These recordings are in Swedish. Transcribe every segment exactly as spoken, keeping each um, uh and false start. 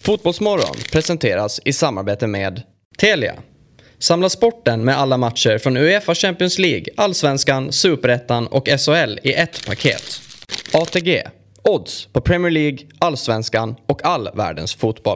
Fotbollsmorgon presenteras i samarbete med Telia. Samla sporten med alla matcher från UEFA Champions League, Allsvenskan, Superettan och S H L i ett paket. A T G. Odds på Premier League, Allsvenskan och all världens fotboll.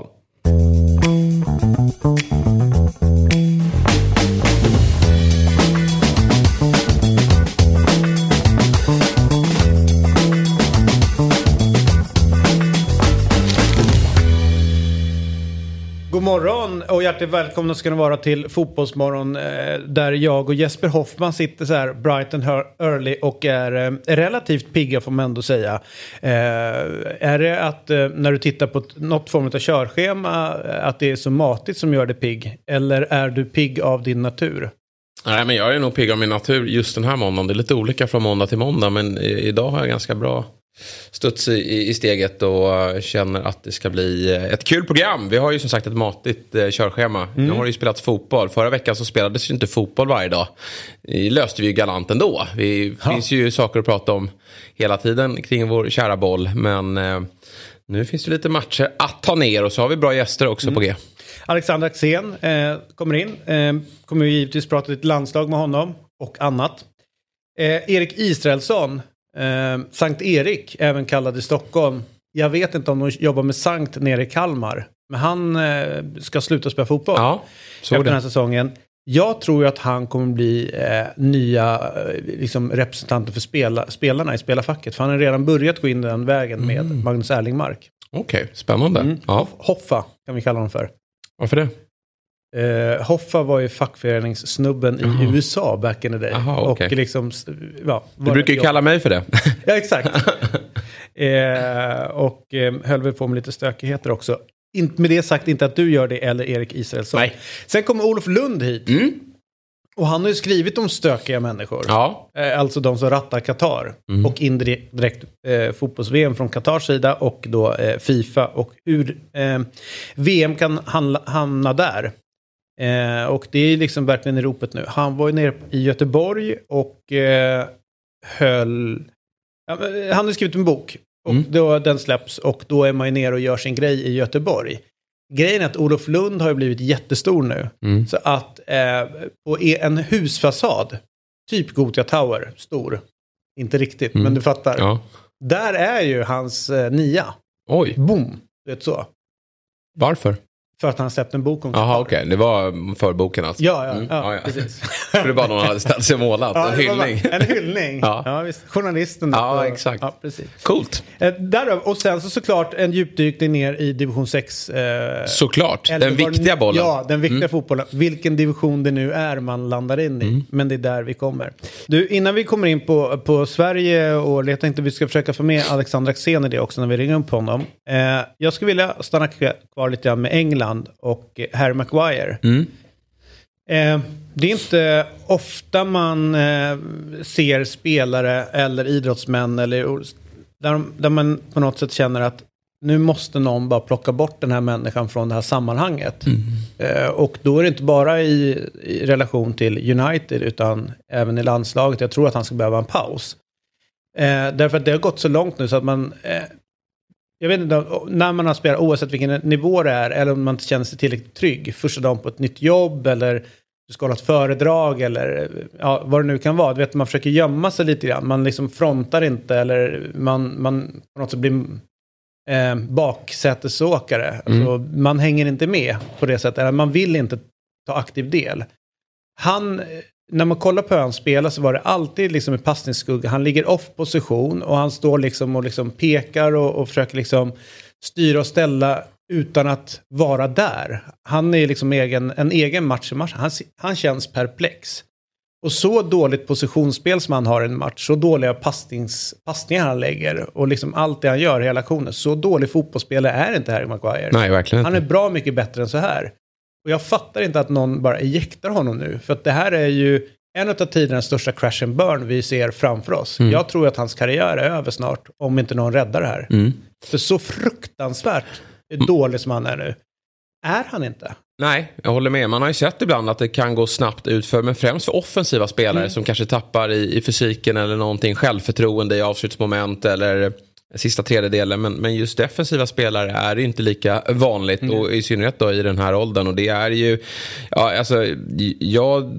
God morgon och hjärtligt välkomna ska ni vara till Fotbollsmorgon eh, där jag och Jesper Hoffman sitter så här bright and early och är eh, relativt pigga får man ändå säga. Eh, är det att eh, när du tittar på t- något form av körschema att det är så matigt som gör dig pigg? Eller är du pigg av din natur? Nej, men jag är nog pigg av min natur just den här måndagen. Det är lite olika från måndag till måndag, men i- idag har jag ganska bra studs i, i steget och känner att det ska bli ett kul program. Vi har ju som sagt ett matigt eh, körschema. Mm. Nu har det ju spelats fotboll. Förra veckan så spelades ju inte fotboll varje dag. Det löste vi ju galant ändå. Det finns ju saker att prata om hela tiden kring vår kära boll. Men eh, nu finns det lite matcher att ta ner och så har vi bra gäster också mm. på G. Alexander Axén eh, kommer in. Eh, kommer ju givetvis prata lite landslag med honom och annat. Eh, Erik Israelsson. Eh, Sankt Erik, även kallad i Stockholm. Jag vet inte om de jobbar med Sankt nere i Kalmar. Men han eh, ska sluta spela fotboll ja, så efter det. den här säsongen. Jag tror ju att han kommer bli eh, nya eh, liksom representanter för spela, spelarna i spelarfacket. För han har redan börjat gå in den vägen med mm. Magnus Erlingmark. Okej, okay, spännande. Mm. Ja. Hoffa kan vi kalla honom för. Varför det? Uh, Hoffa var ju fackföreningssnubben Aha. i U S A back in the day. Aha, okay. Och liksom, ja, du brukar ju kalla mig för det. Ja, exakt. uh, och um, höll väl på med lite stökigheter också. Inte med det sagt inte att du gör det eller Erik Israelsson. Nej. Sen kommer Olof Lund hit. Mm. Och han har ju skrivit om stökiga människor. Ja. Uh, alltså de som rattar Qatar. Mm. Och indirekt uh, fotbolls-V M från Qatars sida och då uh, FIFA. Och hur uh, V M kan handla, hamna där. Eh, och det är liksom verkligen i ropet nu. Han var ju nere i Göteborg och eh, höll... Ja, han har skrivit en bok. Och mm. då den släpps och då är man ju nere och gör sin grej i Göteborg. Grejen är att Olof Lund har ju blivit jättestor nu. Mm. Så att eh, på en husfasad, typ Gothia Tower, stor. Inte riktigt, mm. men du fattar. Ja. Där är ju hans eh, nia. Oj. Boom, vet så. Varför? För att han släppte en bok om Jaha, okej. Okay. Det var för boken alltså. Ja, ja, mm. ja, ja, ja. precis. För det var någon hade ställt sig och målat. Ja, en hyllning. En hyllning. ja. ja, visst. Journalisten. Ja, och, exakt. Ja, precis. Coolt. Eh, där, och sen så såklart en djupdykning ner i division sex. Eh, såklart. Den viktiga var, bollen. Ja, den viktiga mm. fotbollen. Vilken division det nu är man landar in i. Mm. Men det är där vi kommer. Du, innan vi kommer in på, på Sverige och jag tänkte vi ska försöka få med Alexander Axén i det också när vi ringer upp honom. Eh, jag skulle vilja stanna kvar lite grann med England och Harry Maguire. Mm. Eh, det är inte ofta man eh, ser spelare eller idrottsmän eller, där, där man på något sätt känner att nu måste någon bara plocka bort den här människan från det här sammanhanget. Mm. Eh, och då är det inte bara i, i relation till United utan även i landslaget. Jag tror att han ska behöva en paus. Eh, därför att det har gått så långt nu så att man... Eh, Jag vet inte, när man har spelat oavsett vilken nivå det är eller om man inte känner sig tillräckligt trygg första dagen på ett nytt jobb eller du ska hålla ett föredrag eller ja, vad det nu kan vara. Du vet, man försöker gömma sig lite grann. Man liksom frontar inte eller man, man på något sätt blir eh, baksätesåkare. Mm. Alltså, man hänger inte med på det sättet. Eller man vill inte ta aktiv del. Han... När man kollar på hur han spelar så var det alltid liksom en passningsskugga. Han ligger off position och han står liksom och liksom pekar och, och försöker liksom styra och ställa utan att vara där. Han är liksom egen, en egen match i match. Han, han känns perplex. Och så dåligt positionsspel som han har i en match, så dåliga passnings, passningar han lägger och liksom allt det han gör i hela aktionen. Så dålig fotbollsspelare är inte Harry Maguire. Nej, verkligen inte. Han är bra mycket bättre än så här. Och jag fattar inte att någon bara ejektar honom nu. För att det här är ju en av tidernas största crash and burn vi ser framför oss. Mm. Jag tror att hans karriär är över snart. Om inte någon räddar det här. Mm. För så fruktansvärt dålig som han är nu. Är han inte? Nej, jag håller med. Man har ju sett ibland att det kan gå snabbt utför. Men främst för offensiva spelare mm. som kanske tappar i, i fysiken eller någonting. Självförtroende i avslutsmoment eller sista tredjedelen, men, men just defensiva spelare är det inte lika vanligt mm. och i synnerhet då i den här åldern, och det är ju ja, alltså jag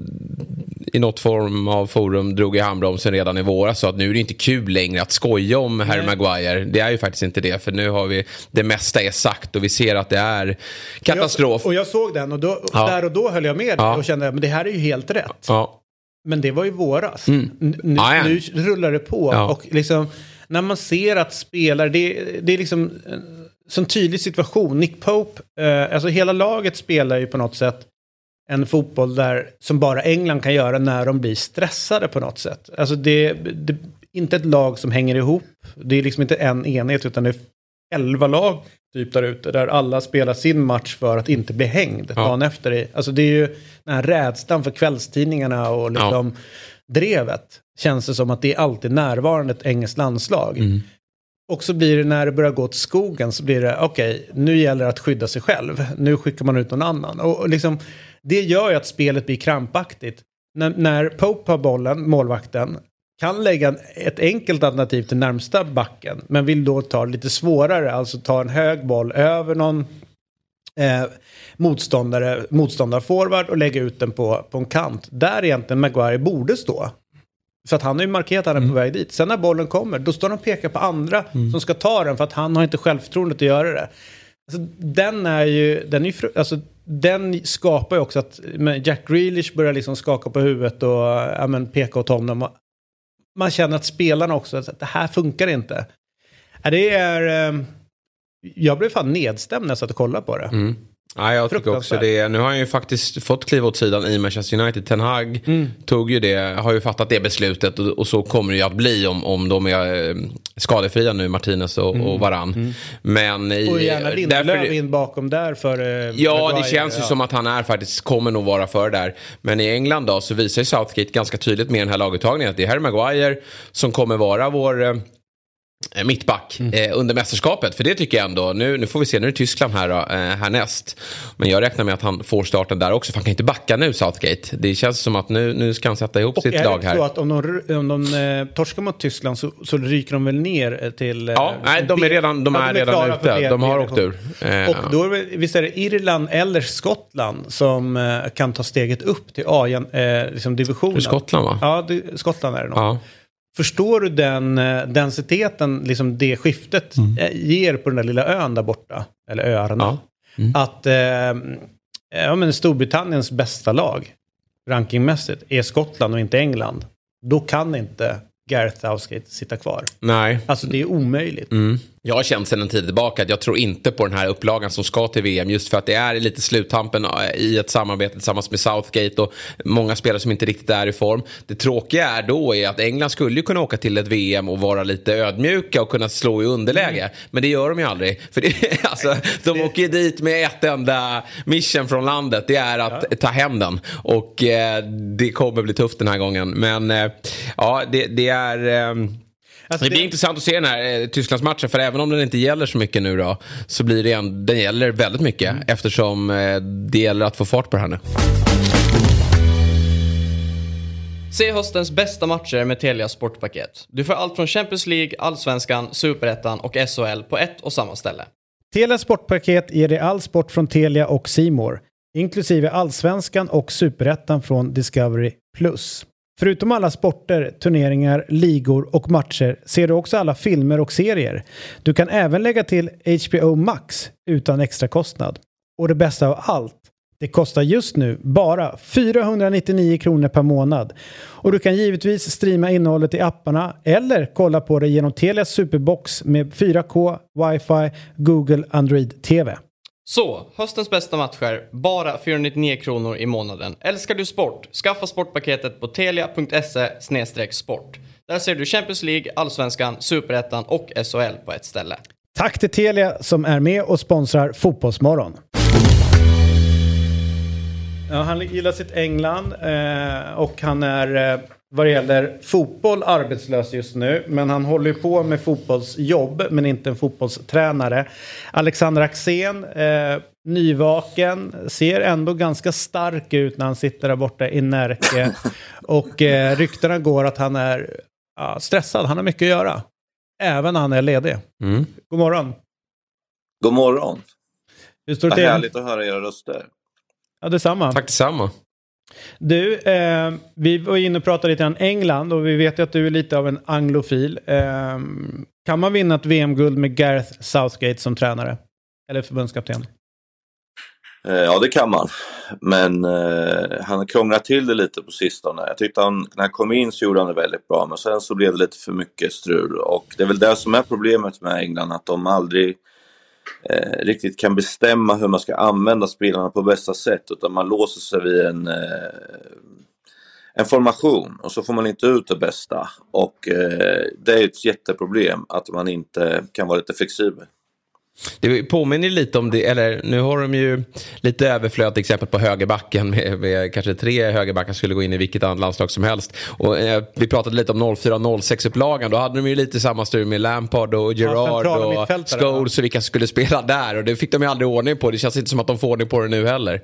i något form av forum drog i handbromsen redan i våras, så att nu är det inte kul längre att skoja om Harry Nej. Maguire. Det är ju faktiskt inte det, för nu har vi det mesta är sagt och vi ser att det är katastrof. Jag, och jag såg den och då, ja. där och då höll jag med ja. och kände att det här är ju helt rätt. Ja. Men det var ju våras. Mm. Nu, ah, ja. nu rullar det på ja. och liksom när man ser att spelare, det, det är liksom en sån tydlig situation. Nick Pope, eh, alltså hela laget spelar ju på något sätt en fotboll där som bara England kan göra när de blir stressade på något sätt. Alltså det, det är inte ett lag som hänger ihop. Det är liksom inte en enhet, utan det är elva lag typ där ute där alla spelar sin match för att inte bli hängd ja. dagen efter det. Alltså det är ju den här rädslan för kvällstidningarna och liksom ja. drevet. Känns det som att det är alltid närvarande ett engelskt landslag. Mm. Och så blir det när det börjar gå till skogen så blir det okej, okay, nu gäller det att skydda sig själv. Nu skickar man ut någon annan. Och, och liksom, det gör ju att spelet blir krampaktigt. När, när Pope har bollen, målvakten, kan lägga ett enkelt alternativ till närmsta backen, men vill då ta lite svårare, alltså ta en hög boll över någon eh, motståndare, motståndarforward och lägga ut den på, på en kant. Där egentligen Maguire borde stå. För att han har ju markerat att han är på väg dit. Sen när bollen kommer, då står de och pekar på andra mm. som ska ta den, för att han har inte självförtroendet att göra det. Alltså, den är ju, den, är ju, alltså, den skapar ju också att Jack Grealish börjar liksom skaka på huvudet och ja, men, peka åt honom. Man känner att spelarna också, att det här funkar inte. Det är, jag blev fan nedstämd när jag satt och kollade på det. Mm. Ja, jag tycker också det. Nu har han ju faktiskt fått kliva åt sidan i Manchester United. Ten Hag mm. tog ju det, har ju fattat det beslutet, och, och så kommer det ju att bli om, om de är skadefria nu, Martinez och, mm. och Varann. Mm. Men i, och gärna Lindelöf in bakom där för eh, ja, Maguire, det känns ju ja. som att han är faktiskt, kommer nog vara för där. Men i England då så visar ju Southgate ganska tydligt med den här laguttagningen att det är Harry Maguire som kommer vara vår eh, mittback mm. eh, under mästerskapet. För det tycker jag ändå, nu, nu får vi se, nu är det Tyskland här, då, eh, härnäst. Men jag räknar med att han får starten där också, för han kan inte backa nu, Southgate. Det känns som att nu, nu ska han sätta ihop och sitt lag här. Och är det så att om de, om de eh, torskar mot Tyskland så, så ryker de väl ner till... Eh, ja, nej, de är redan, de är ja, de är redan ute. De har åkt ur. Eh, och då är det, visst är det Irland eller Skottland som eh, kan ta steget upp till A-divisionen. Eh, liksom divisionen. Skottland, va? Ja, det, Skottland är det nog. Ja. Förstår du den densiteten, liksom det skiftet mm. ger på den där lilla ön där borta, eller öarna? Ja. Mm. Att eh, ja, men Storbritanniens bästa lag rankingmässigt är Skottland och inte England. Då kan inte Gareth Southgate sitta kvar. Nej. Alltså det är omöjligt. Mm. Jag har känt sedan en tid tillbaka att jag tror inte på den här upplagan som ska till V M, just för att det är lite sluttampen i ett samarbete tillsammans med Southgate och många spelare som inte riktigt är i form. Det tråkiga är då är att England skulle ju kunna åka till ett V M och vara lite ödmjuka och kunna slå i underläge. Mm. Men det gör de ju aldrig. För det, alltså, de åker dit med ett enda mission från landet. Det är att ja. ta hem den. Och eh, det kommer bli tufft den här gången. Men eh, ja, det, det är... Eh, Alltså det blir det... intressant att se den här eh, Tysklandsmatchen, för även om den inte gäller så mycket nu då, så blir det en, den gäller väldigt mycket mm. eftersom eh, det gäller att få fart på det här nu. Se höstens bästa matcher med Telia Sportpaket. Du får allt från Champions League, Allsvenskan, Superettan och S H L på ett och samma ställe. Telia Sportpaket ger dig all sport från Telia och C More, inklusive Allsvenskan och Superettan från Discovery plus. Förutom alla sporter, turneringar, ligor och matcher ser du också alla filmer och serier. Du kan även lägga till H B O Max utan extra kostnad. Och det bästa av allt, det kostar just nu bara fyrahundranittionio kronor per månad. Och du kan givetvis streama innehållet i apparna eller kolla på det genom Telias Superbox med fyra K, Wi-Fi, Google Android T V. Så, höstens bästa matcher, bara fyrahundranittionio kronor i månaden. Älskar du sport? Skaffa sportpaketet på telia punkt se slash sport. Där ser du Champions League, Allsvenskan, Superettan och S H L på ett ställe. Tack till Telia som är med och sponsrar Fotbollsmorgon. Ja, han gillar sitt England eh, och han är eh, vad det gäller fotboll arbetslös just nu. Men han håller på med fotbollsjobb, men inte en fotbollstränare. Alexander Axén, eh, nyvaken, ser ändå ganska stark ut när han sitter där borta i Närke. Och eh, ryktena går att han är ja, stressad, han har mycket att göra. även han är ledig. Mm. God morgon. God morgon. Hur står det Vad till? härligt att höra era röster. Ja, detsamma. Tack detsamma. Du, eh, vi var inne och pratade lite om England och vi vet ju att du är lite av en anglofil. Eh, kan man vinna ett V M-guld med Gareth Southgate som tränare? Eller förbundskapten? Eh, ja, det kan man. Men eh, han krånglar till det lite på sistone. Jag tyckte han, när han kom in så gjorde han det väldigt bra. Men sen så blev det lite för mycket strul. Och det är väl det som är problemet med England. Att de aldrig eh, riktigt kan bestämma hur man ska använda spelarna på bästa sätt. Utan man låser sig vid en, eh, en formation. Och så får man inte ut det bästa. Och eh, det är ett jätteproblem att man inte kan vara lite flexibel. Det påminner lite om det, eller nu har de ju lite överflöd till exempel på högerbacken med, med kanske tre högerbackar skulle gå in i vilket annat landslag som helst. Och eh, vi pratade lite om noll fyra noll sex-upplagan, då hade de ju lite samma styr med Lampard och Gerrard ja, och Scholes och vilka skulle spela där, och det fick de ju aldrig ordning på. Det känns inte som att de får ordning på det nu heller.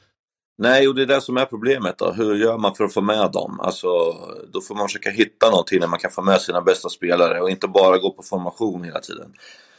Nej, och det är det som är problemet då. Hur gör man för att få med dem? Alltså, då får man försöka hitta någonting där man kan få med sina bästa spelare och inte bara gå på formation hela tiden.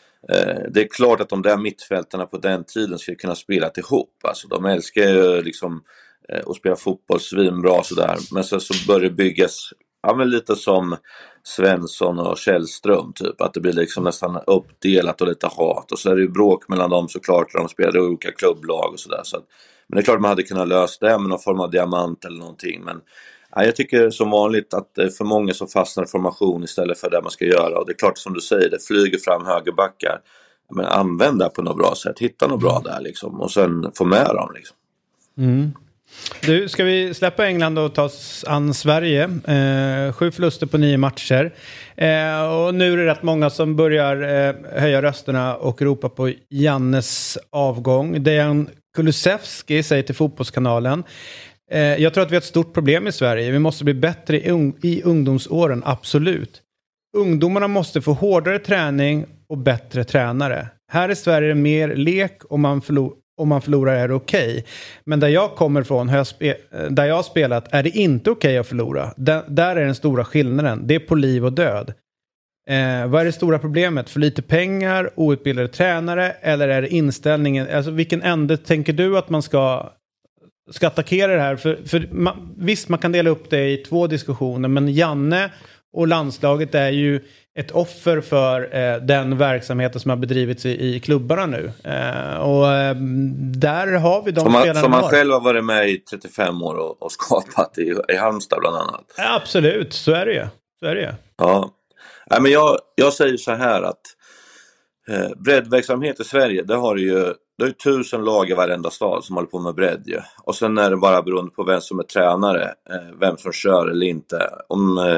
Det är klart att de där mittfältarna på den tiden skulle kunna spela ihop. Alltså, de älskar ju liksom att spela fotboll svinbra sådär. Men sen så börjar det byggas ja, men lite som Svensson och Källström typ. Att det blir liksom nästan uppdelat och lite hat. Och så är det ju bråk mellan dem såklart när de spelar i olika klubblag och sådär. Så att, men det är klart man hade kunnat lösa det med någon form av diamant eller någonting. Men ja, jag tycker som vanligt att för många som fastnar i formation istället för det man ska göra. Och det är klart som du säger, det flyger fram högerbackar. Men använd det på något bra sätt. Hitta något bra där liksom. Och sen få med dem liksom. Mm. Du, ska vi släppa England och ta oss an Sverige? Eh, sju förluster på nio matcher. Eh, och nu är det rätt många som börjar eh, höja rösterna och ropa på Jannes avgång. Dejan Kulusevski säger till Fotbollskanalen: eh, jag tror att vi har ett stort problem i Sverige. Vi måste bli bättre i, un- i ungdomsåren, absolut. Ungdomarna måste få hårdare träning och bättre tränare. Här i Sverige är det mer lek och man förlorar. Om man förlorar är det okej. Okay. Men där jag kommer ifrån, har jag spe- där jag har spelat, är det inte okej okay att förlora. D- där är den stora skillnaden. Det är på liv och död. Eh, vad är det stora problemet? För lite pengar, outbildade tränare, eller är det inställningen? Alltså vilken ände tänker du att man ska, ska attackera det här? För, för man, visst, man kan dela upp det i två diskussioner, men Janne och landslaget är ju ett offer för eh, den verksamheten som har bedrivits i, i klubbarna nu. Eh, och eh, där har vi de som man, spelarna som man har. själv har varit med i trettiofem år och, och skapat i, i Halmstad bland annat. Ja, absolut, så är det ju. Så är det ju. Ja, Nej, men jag, jag säger så här att eh, breddverksamhet i Sverige, det har ju det är tusen lag i varenda stad som håller på med bredd ju. Och sen är det bara beroende på vem som är tränare, eh, vem som kör eller inte. Om eh,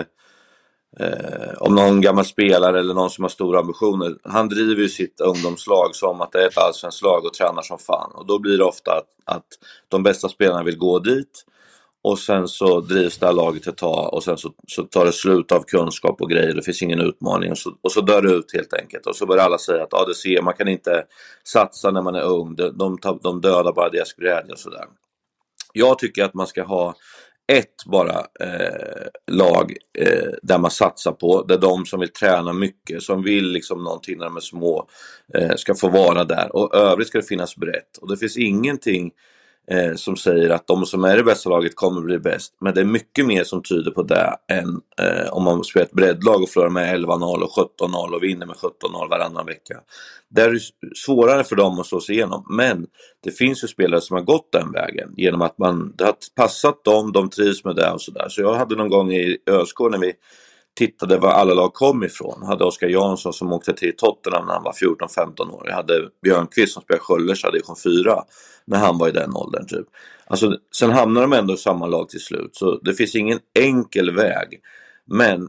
Eh, om någon gammal spelare eller någon som har stora ambitioner, han driver ju sitt ungdomslag som att det är ett allsvenskt lag och tränar som fan, och då blir det ofta att, att de bästa spelarna vill gå dit och sen så drivs det här laget ett tag och sen så, så tar det slut av kunskap och grejer, det finns ingen utmaning och så, och så dör det ut helt enkelt, och så börjar alla säga att ja, det ser, man kan inte satsa när man är ung, de, de, de dödar bara deras glädje och sådär. Jag tycker att man ska ha ett bara eh, lag eh, där man satsar på, där de som vill träna mycket, som vill liksom någonting när de är små eh, ska få vara där, och övrigt ska det finnas brett. Och det finns ingenting eh, som säger att de som är i det bästa laget kommer bli bäst, men det är mycket mer som tyder på det än eh, om man spelar ett breddlag och förlorar med elva noll och sjutton noll och vinner med sjutton noll varannan vecka. Det är svårare för dem att slå sig igenom, men det finns ju spelare som har gått den vägen genom att man, det har passat dem, de trivs med det och sådär. Så jag hade någon gång i ÖSK när vi tittade var alla lag kom ifrån, hade Oskar Jansson som åkte till Tottenham när han var fjorton femton år. Jag hade Björnqvist som spelade Sköller's division fyra när han var i den åldern typ. Alltså, sen hamnar de ändå i samma lag till slut, så det finns ingen enkel väg. Men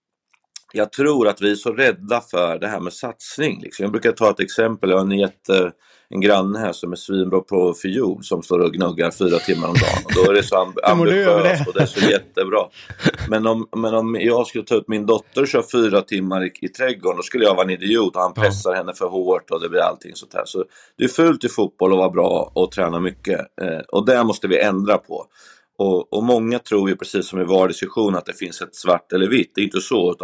jag tror att vi är så rädda för det här med satsning. Liksom. Jag brukar ta ett exempel. Jag har en, jätte, en granne här som är svinbra på fiol som står och gnuggar fyra timmar om dagen. Och då är det så amb- ambitiöst och det är så jättebra. Men om, men om jag skulle ta ut min dotter och köra fyra timmar i, i trädgården, då skulle jag vara en idiot och han pressar henne för hårt och det blir allting sånt här. Så det är fullt i fotboll att vara bra och träna mycket. Eh, och det måste vi ändra på. Och, och många tror ju precis som i var diskussion att det finns ett svart eller vitt. Det är inte så, utan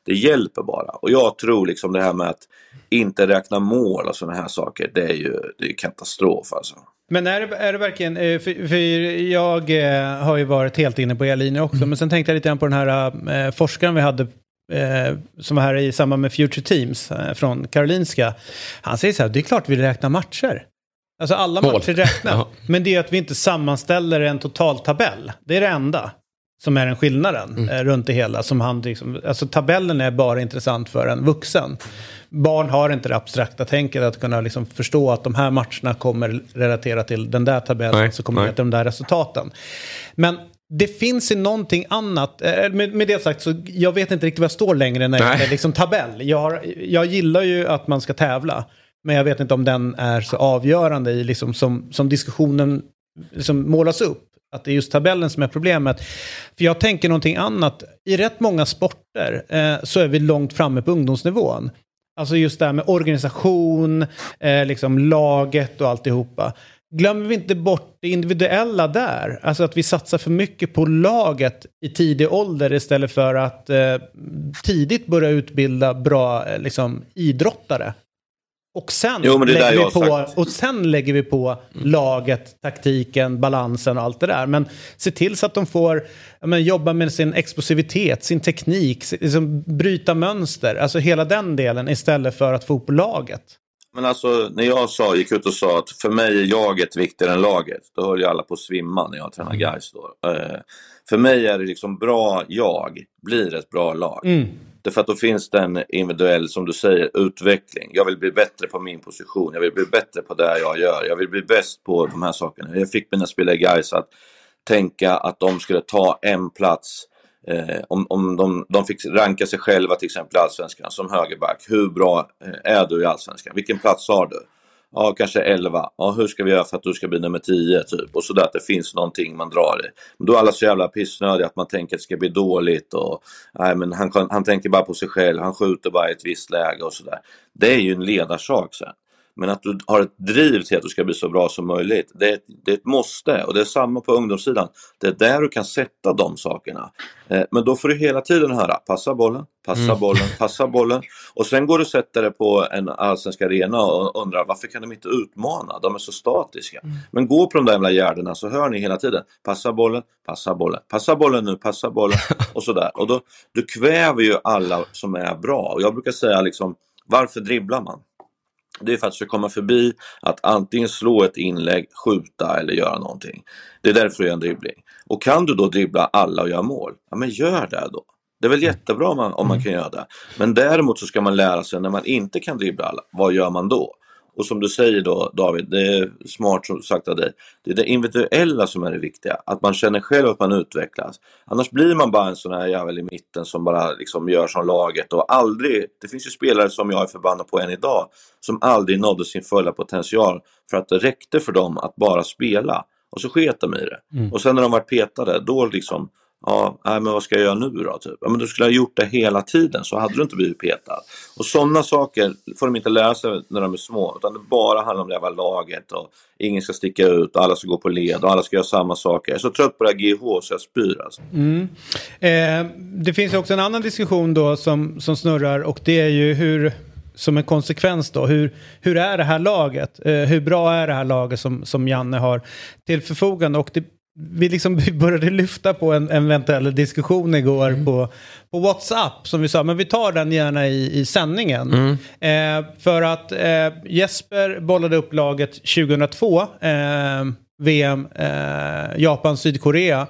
det hjälper bara. Och jag tror liksom det här med att inte räkna mål och sådana här saker, det är ju det är katastrof alltså. Men är det, är det verkligen, för, för jag har ju varit helt inne på e-linjer också, mm. men sen tänkte jag lite grann på den här eh, forskaren vi hade eh, som var här i samband med Future Teams eh, från Karolinska. Han säger så här, det är klart vi räknar matcher. Alltså alla Mål. matcher räknas. Men det är att vi inte sammanställer en total tabell. Det är det enda som är den skillnaden mm. eh, runt det hela. Som han liksom, alltså tabellen är bara intressant för en vuxen. Barn har inte det abstrakta tänket att kunna liksom förstå att de här matcherna kommer relatera till den där tabellen. Nej, så kommer det till de där resultaten. Men det finns ju någonting annat. Eh, med, med det sagt så jag vet inte riktigt vad jag står längre när det är liksom tabell. Jag, har, jag gillar ju att man ska tävla. Men jag vet inte om den är så avgörande i liksom som, som diskussionen liksom målas upp. Att det är just tabellen som är problemet. För jag tänker någonting annat. I rätt många sporter eh, så är vi långt framme på ungdomsnivån. Alltså just det här med organisation, eh, liksom laget och alltihopa. Glömmer vi inte bort det individuella där? Alltså att vi satsar för mycket på laget i tidig ålder istället för att eh, tidigt börja utbilda bra eh, liksom, idrottare. Och sen, jo, lägger vi på, och sen lägger vi på mm. laget, taktiken, balansen och allt det där. Men se till så att de får men, jobba med sin explosivitet, sin teknik, liksom, bryta mönster. Alltså hela den delen istället för att få på laget. Men alltså när jag sa, gick ut och sa att för mig är jaget viktigare än laget. Då höll ju alla på att svimma när jag tränar guys då. Uh, för mig är det liksom bra jag blir ett bra lag. Mm. Därför att då finns det en individuell, som du säger, utveckling. Jag vill bli bättre på min position. Jag vill bli bättre på det jag gör. Jag vill bli bäst på de här sakerna. Jag fick mina spelare guys att tänka att de skulle ta en plats. Eh, om om de, de fick ranka sig själva till exempel i Allsvenskan som högerback. Hur bra är du i Allsvenskan? Vilken plats har du? Ja, kanske elva. Ja, hur ska vi göra för att du ska bli nummer tio typ? Och sådär att det finns någonting man drar i. Men då är alla så jävla pissnödiga att man tänker att det ska bli dåligt. Och, nej, men han, han tänker bara på sig själv. Han skjuter bara i ett visst läge och sådär. Det är ju en ledarsak sen. Men att du har ett driv till att du ska bli så bra som möjligt. Det är, ett, det är ett måste. Och det är samma på ungdomssidan. Det är där du kan sätta de sakerna. Eh, men då får du hela tiden höra. Passa bollen, passa mm. bollen, passa bollen. Och sen går du och sätter det på en allsvensk arena och undrar varför kan de inte utmana? De är så statiska. Mm. Men gå på de där jävla gärdena så hör ni hela tiden. Passa bollen, passa bollen, passa bollen nu, passa bollen. Och sådär. Och då du kväver ju alla som är bra. Och jag brukar säga liksom, varför dribblar man? Det är för att du ska komma förbi att antingen slå ett inlägg, skjuta eller göra någonting. Det är därför du gör en dribbling. Och kan du då dribbla alla och göra mål? Ja, men gör det då. Det är väl jättebra om man, om man kan göra det. Men däremot så ska man lära sig när man inte kan dribbla alla. Vad gör man då? Och som du säger då, David, det är smart som sagt av dig. Det är det individuella som är det viktiga. Att man känner själv att man utvecklas. Annars blir man bara en sån här jävel i mitten som bara liksom gör som laget. Och aldrig, det finns ju spelare som jag är förbannad på än idag. Som aldrig nådde sin fulla potential. För att det räckte för dem att bara spela. Och så sket de i det. Mm. Och sen när de var petade, då liksom... Ja, nej, men vad ska jag göra nu då? Typ? Ja, men du skulle ha gjort det hela tiden så hade du inte blivit petad. Och sådana saker får de inte lära sig när de är små. Utan det bara handlar om det här laget och ingen ska sticka ut och alla ska gå på led och alla ska göra samma saker. Jag är så trött på det här G H så jag spyr alltså. Mm. Eh, det finns också en annan diskussion då som, som snurrar och det är ju hur... Som en konsekvens då, hur, hur är det här laget? Eh, hur bra är det här laget som, som Janne har till förfogande? Och det, vi liksom började lyfta på en, en eventuell diskussion igår mm. på, på WhatsApp som vi sa, men vi tar den gärna i, i sändningen. Mm. Eh, för att eh, Jesper bollade upp laget tjugohundratvå, eh, V M, eh, Japan, Sydkorea.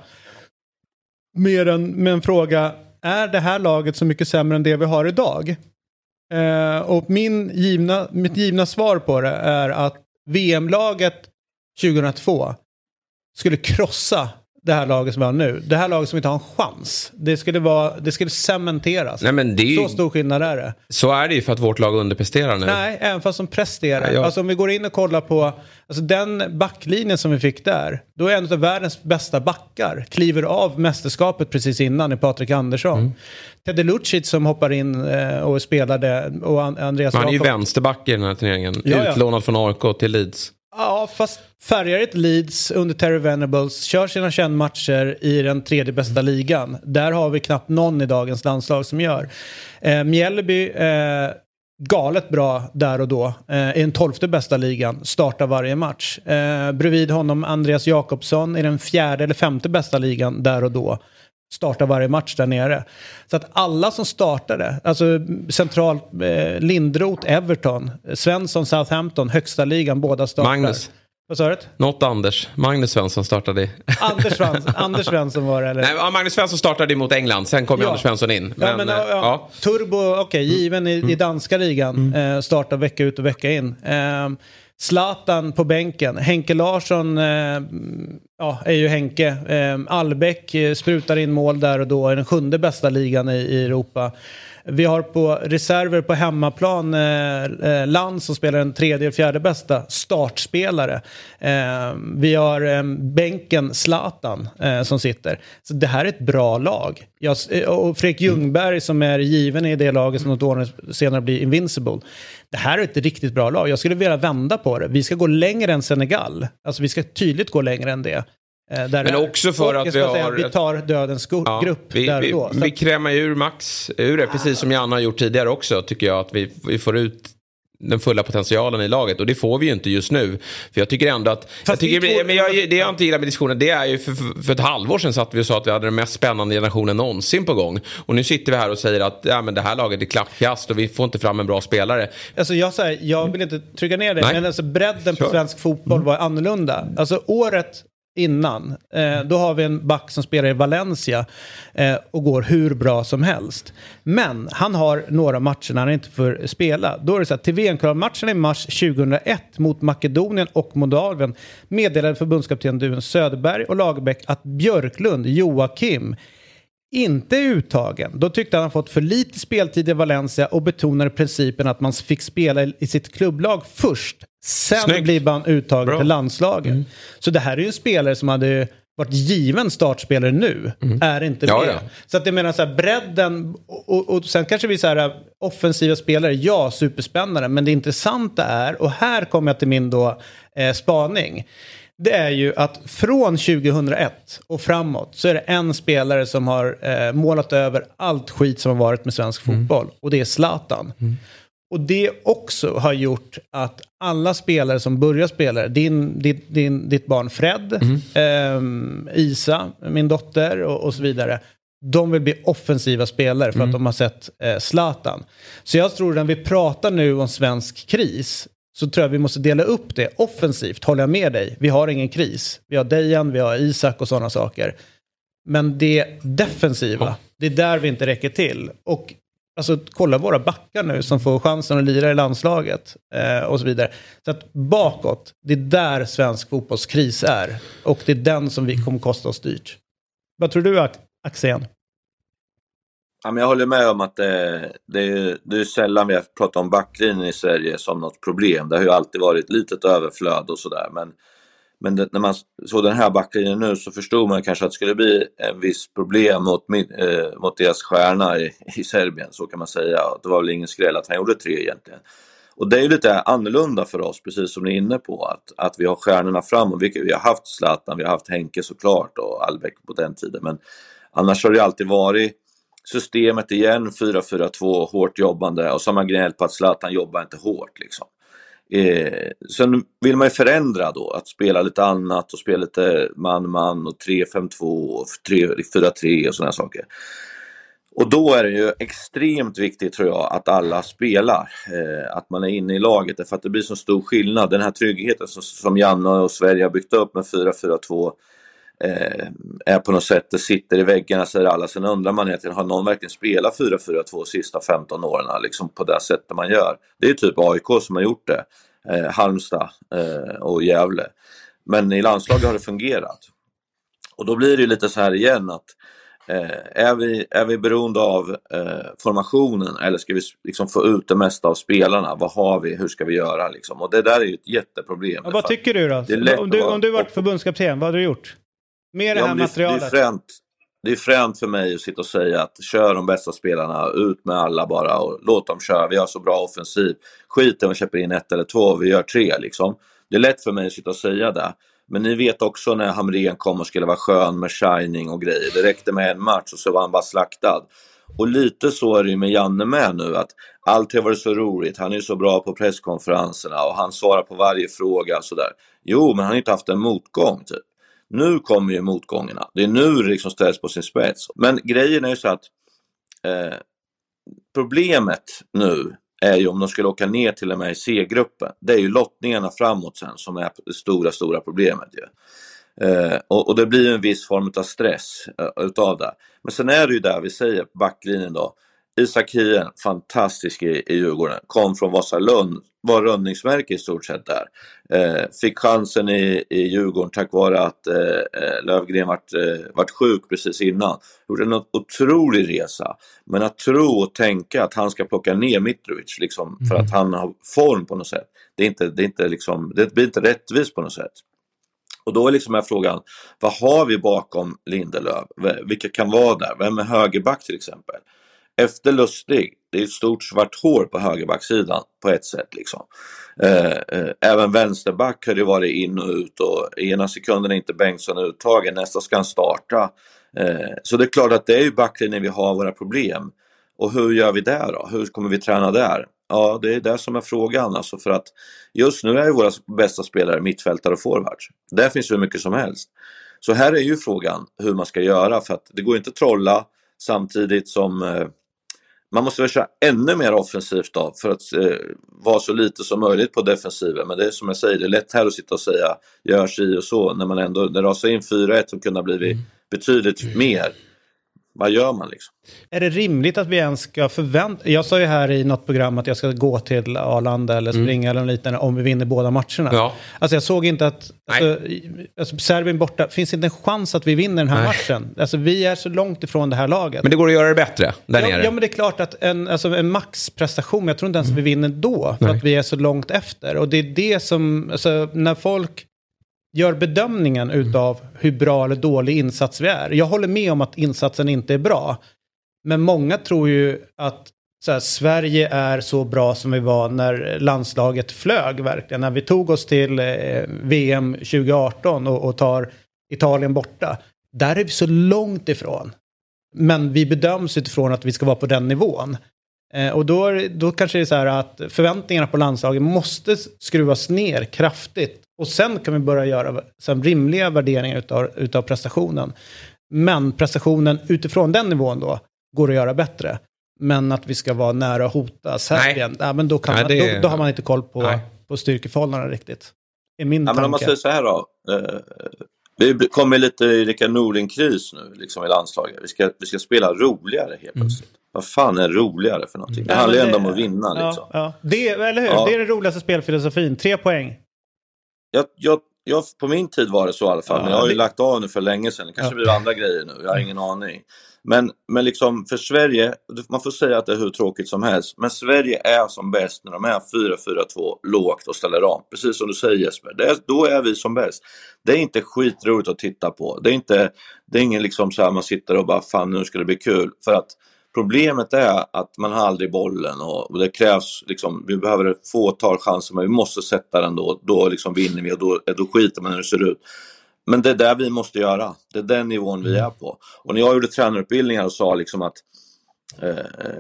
Med en, med en fråga, är det här laget så mycket sämre än det vi har idag? Uh, och min givna, mitt givna svar på det är att V M-laget tjugohundratvå skulle krossa det här laget som vi har nu. Det här laget som inte har en chans. Det skulle, vara, det skulle cementeras. Nej, men det är ju... Så stor skillnad är det. Så är det ju för att vårt lag underpresterar nu. Nej, även fast de presterar. Ja, jag... Alltså om vi går in och kollar på alltså den backlinjen som vi fick där. Då är en av världens bästa backar. Kliver av mästerskapet precis innan i Patrik Andersson. Mm. Teddy Lucic som hoppar in eh, och spelade. Och Andreas Han är ju Jakob. vänsterback i den här turneringen. Ja, ja. Utlånad från A I K till Leeds. Ja, fast färgarigt Leeds under Terry Venables kör sina tjugoett matcher i den tredje bästa ligan. Där har vi knappt någon i dagens landslag som gör. Eh, Mjällby, eh, galet bra där och då. Eh, I den tolfte bästa ligan, startar varje match. Eh, bredvid honom Andreas Jakobsson i den fjärde eller femte bästa ligan där och då. Startar varje match där nere. Så att alla som startade, alltså central eh, Lindroth, Everton, Svensson, Southampton, högsta ligan, båda startar. Magnus. Vad sa du? Något Anders. Magnus Svensson startade. Anders Svensson, Anders Svensson var det, eller? Nej, Magnus Svensson startade mot England. Sen kom ja. Anders Svensson in. Men, ja, men, ja, ja. Turbo, okej, okay, given i, mm. i danska ligan. Mm. Eh, startar vecka ut och vecka in. Eh, Zlatan på bänken. Henke Larsson eh, ja, är ju Henke. Eh, Albeck eh, sprutar in mål där och då i den sjunde bästa ligan i, i Europa. Vi har på reserver på hemmaplan eh, eh, Land som spelar den tredje och fjärde bästa startspelare. Eh, vi har eh, bänken Zlatan eh, som sitter. Så det här är ett bra lag. Jag, och Fredrik Ljungberg som är given i det laget som något år senare blir Invincible. Det här är ett riktigt bra lag. Jag skulle vilja vända på det. Vi ska gå längre än Senegal. Alltså vi ska tydligt gå längre än det. Där men också för att vi har... Säga, vi tar dödens ja, grupp vi, där vi, då. Vi krämar ur max ur det, precis som Janne har gjort tidigare också, tycker jag, att vi, vi får ut den fulla potentialen i laget, och det får vi ju inte just nu. För jag tycker ändå att jag tycker, får... men jag, det jag inte gillar med diskussionen, det är ju för, för ett halvår sedan satt vi och sa att vi hade den mest spännande generationen någonsin på gång, och nu sitter vi här och säger att ja, men det här laget är klappkast och vi får inte fram en bra spelare. Alltså jag, säger, jag vill inte trycka ner det, Nej. men alltså bredden på Kör. svensk fotboll var annorlunda. Alltså året innan, eh, då har vi en back som spelar i Valencia eh, och går hur bra som helst. Men han har några matcher när han inte får spela. Då är det så att till V M-kvalmatchen i mars tjugohundraett mot Makedonien och Moldavien meddelade förbundskapten Duven Söderberg och Lagerbäck att Björklund, Joakim, inte uttagen. Då tyckte han fått för lite speltid i Valencia och betonade principen att man fick spela i sitt klubblag först. Sen Snyggt. blir man uttagen Bra. till landslaget. Mm. Så det här är ju en spelare som hade varit given startspelare nu. Mm. Är inte ja, med. ja. Så att jag menar så här, bredden och, och, och sen kanske vi så här offensiva spelare, ja, superspännande. Men det intressanta är, och här kommer jag till min då eh, spaning. Det är ju att från tjugohundraett och framåt så är det en spelare som har eh, målat över allt skit som har varit med svensk mm. fotboll. Och det är Zlatan. Mm. Och det också har gjort att alla spelare som börjar spela, din, ditt, din, ditt barn Fred, mm. eh, Isa, min dotter och, och så vidare, de vill bli offensiva spelare för mm. att de har sett eh, Zlatan. Så jag tror att när vi pratar nu om svensk kris, så tror jag vi måste dela upp det offensivt. Håller jag med dig? Vi har ingen kris. Vi har Dejan, vi har Isak och sådana saker. Men det defensiva, ja. det är där vi inte räcker till. Och alltså, kolla våra backar nu som får chansen att lira i landslaget eh, och så vidare. Så att bakåt, det är där svensk fotbollskris är. Och det är den som vi kommer kosta oss dyrt. Vad tror du, Axén? Ja, men jag håller med om att det, det, är, det är sällan vi har pratat om backlinjen i Sverige som något problem. Det har ju alltid varit ett litet överflöd och sådär. Men, men det, när man såg den här backlinjen nu så förstod man kanske att det skulle bli en viss problem mot, eh, mot deras stjärna i, i Serbien, så kan man säga. Det var väl ingen skräll att han gjorde tre egentligen. Och det är ju lite annorlunda för oss, precis som ni är inne på, att, att vi har stjärnorna fram, och vilket vi har haft Zlatan, vi har haft Henke såklart och Albeck på den tiden. Men annars har det alltid varit systemet igen, fyra fyra två, hårt jobbande, och så har man gnällt på att Zlatan jobbar inte hårt liksom. Eh, sen vill man ju förändra då, att spela lite annat och spela lite man-man och tre fem två och tre fyra tre och sådana saker. Och då är det ju extremt viktigt, tror jag, att alla spelar, eh, att man är inne i laget, för att det blir så stor skillnad. Den här tryggheten som, som Janne och Sverige har byggt upp med fyra fyra två Eh, är på något sätt, det sitter i väggarna, säger alla. Sen undrar man egentligen, har någon verkligen spelat fyra fyra två sista femton åren liksom på det sättet man gör? Det är ju typ A I K som har gjort det, eh, Halmstad eh, och Gävle. Men i landslaget har det fungerat. Och då blir det ju lite så här igen att eh, är, vi, är vi beroende av eh, formationen, eller ska vi liksom få ut det mesta av spelarna? Vad har vi? Hur ska vi göra liksom? Och det där är ju ett jätteproblem. Ja, vad tycker du då? Om du, om du varit förbundskapten, vad hade du gjort? Med det här ja, materialet. Det är, fränt, det är fränt för mig att sitta och säga att kör de bästa spelarna, ut med alla bara och låt dem köra. Vi har så bra offensiv. Skiten och köper in ett eller två, vi gör tre liksom. Det är lätt för mig att sitta och säga det. Men ni vet också när Hamrén kom och skulle vara skön med shining och grejer. Det räckte med en match och så var han bara slaktad. Och lite så är det ju med Janne med nu, att allt har varit så roligt. Han är ju så bra på presskonferenserna och han svarar på varje fråga och sådär. Jo, men han har inte haft en motgång typ. Nu kommer ju motgångarna. Det är nu det liksom ställs på sin spets. Men grejen är ju så att eh, problemet nu är ju om de skulle åka ner till och med i C-gruppen. Det är ju lottningarna framåt sen som är det stora, stora problemet ju. Eh, och, och det blir en viss form av stress uh, utav det. Men sen är det ju där vi säger backlinjen då. Isak Hien, fantastisk i, i Djurgården. Kom från Vasalund, var rundningsmärke i stort sett där. Eh, fick chansen i, i Djurgården tack vare att eh, Lövgren vart, eh, vart sjuk precis innan. Gjorde en otrolig resa. Men att tro och tänka att han ska plocka ner Mitrovic liksom, för att han har form på något sätt. Det, är inte, det, är inte liksom, det blir inte rättvist på något sätt. Och då är liksom här frågan, vad har vi bakom Lindelöf? Vilka kan vara där? Vem är högerback till exempel? Efter Lustig, det är ett stort svart hår på högerbacksidan på ett sätt liksom. Eh, eh, även vänsterback har det varit in och ut och ena sekunden är inte Bengtsson uttagen, nästa ska han starta. Eh, så det är klart att det är ju backlinjen vi har våra problem. Och hur gör vi där då? Hur kommer vi träna där? Ja, det är det som är frågan. Alltså för att just nu är ju våra bästa spelare mittfältare och forwards. Där finns ju mycket som helst. Så här är ju frågan hur man ska göra. För att det går inte att trolla samtidigt som eh, man måste väl köra ännu mer offensivt då. För att eh, vara så lite som möjligt på defensiven. Men det är som jag säger, det är lätt här att sitta och säga gör sig och så. När man ändå när rasar in fyra ett som kunde ha blivit mm. betydligt mer. Vad gör man liksom? Är det rimligt att vi ens ska förvänta... Jag sa ju här i något program att jag ska gå till Arlanda eller springa mm. eller liknande om vi vinner båda matcherna. Ja. Alltså jag såg inte att... Alltså, alltså Serbien borta, finns inte en chans att vi vinner den här Nej. matchen. Alltså vi är så långt ifrån det här laget. Men det går att göra det bättre där ja, nere. Ja, men det är klart att en, alltså en maxprestation, jag tror inte ens mm. att vi vinner då. För Nej. att vi är så långt efter. Och det är det som... Alltså när folk... gör bedömningen utav hur bra eller dålig insats vi är. Jag håller med om att insatsen inte är bra. Men många tror ju att så här, Sverige är så bra som vi var när landslaget flög verkligen. När vi tog oss till eh, V M tjugo arton och, och tar Italien borta. Där är vi så långt ifrån. Men vi bedöms utifrån att vi ska vara på den nivån. Eh, och då, då kanske det är så här att förväntningarna på landslaget måste skruvas ner kraftigt. Och sen kan vi börja göra sen rimliga värderingar utav, utav prestationen. Men prestationen utifrån den nivån då går att göra bättre. Men att vi ska vara nära att hota Serbien, ja, men då, kan Nej, man, det... då, då har man inte koll på, på styrkeförhållandena riktigt. Är min ja, men om man säger så här då. Eh, vi kommer lite i Rickard Norling-kris nu liksom i landslaget. Vi ska, vi ska spela roligare helt plötsligt. Mm. Vad fan är roligare för någonting? Det ja, handlar ju ändå om att vinna ja, liksom. Ja. Det, eller hur? Ja. Det är det roligaste spelfilosofin. Tre poäng. Jag, jag, jag, på min tid var det så i alla fall. Ja, men jag har ju det... lagt av nu för länge sedan. Det kanske ja. blir andra grejer nu. Jag har ingen aning. Men, men liksom för Sverige, man får säga att det är hur tråkigt som helst. Men Sverige är som bäst när de är fyra fyra två lågt och ställer om. Precis som du säger Jesper. Det är, då är vi som bäst. Det är inte skitroligt att titta på. Det är, inte, det är ingen liksom så här man sitter och bara fan nu ska det bli kul. För att problemet är att man har aldrig bollen och det krävs liksom, vi behöver ett fåtal chanser men vi måste sätta den då, då liksom vinner vi och då, då skiter man när det ser ut. Men det är där vi måste göra, det är den nivån vi är på. Och när jag gjorde tränarutbildningar och sa liksom att eh,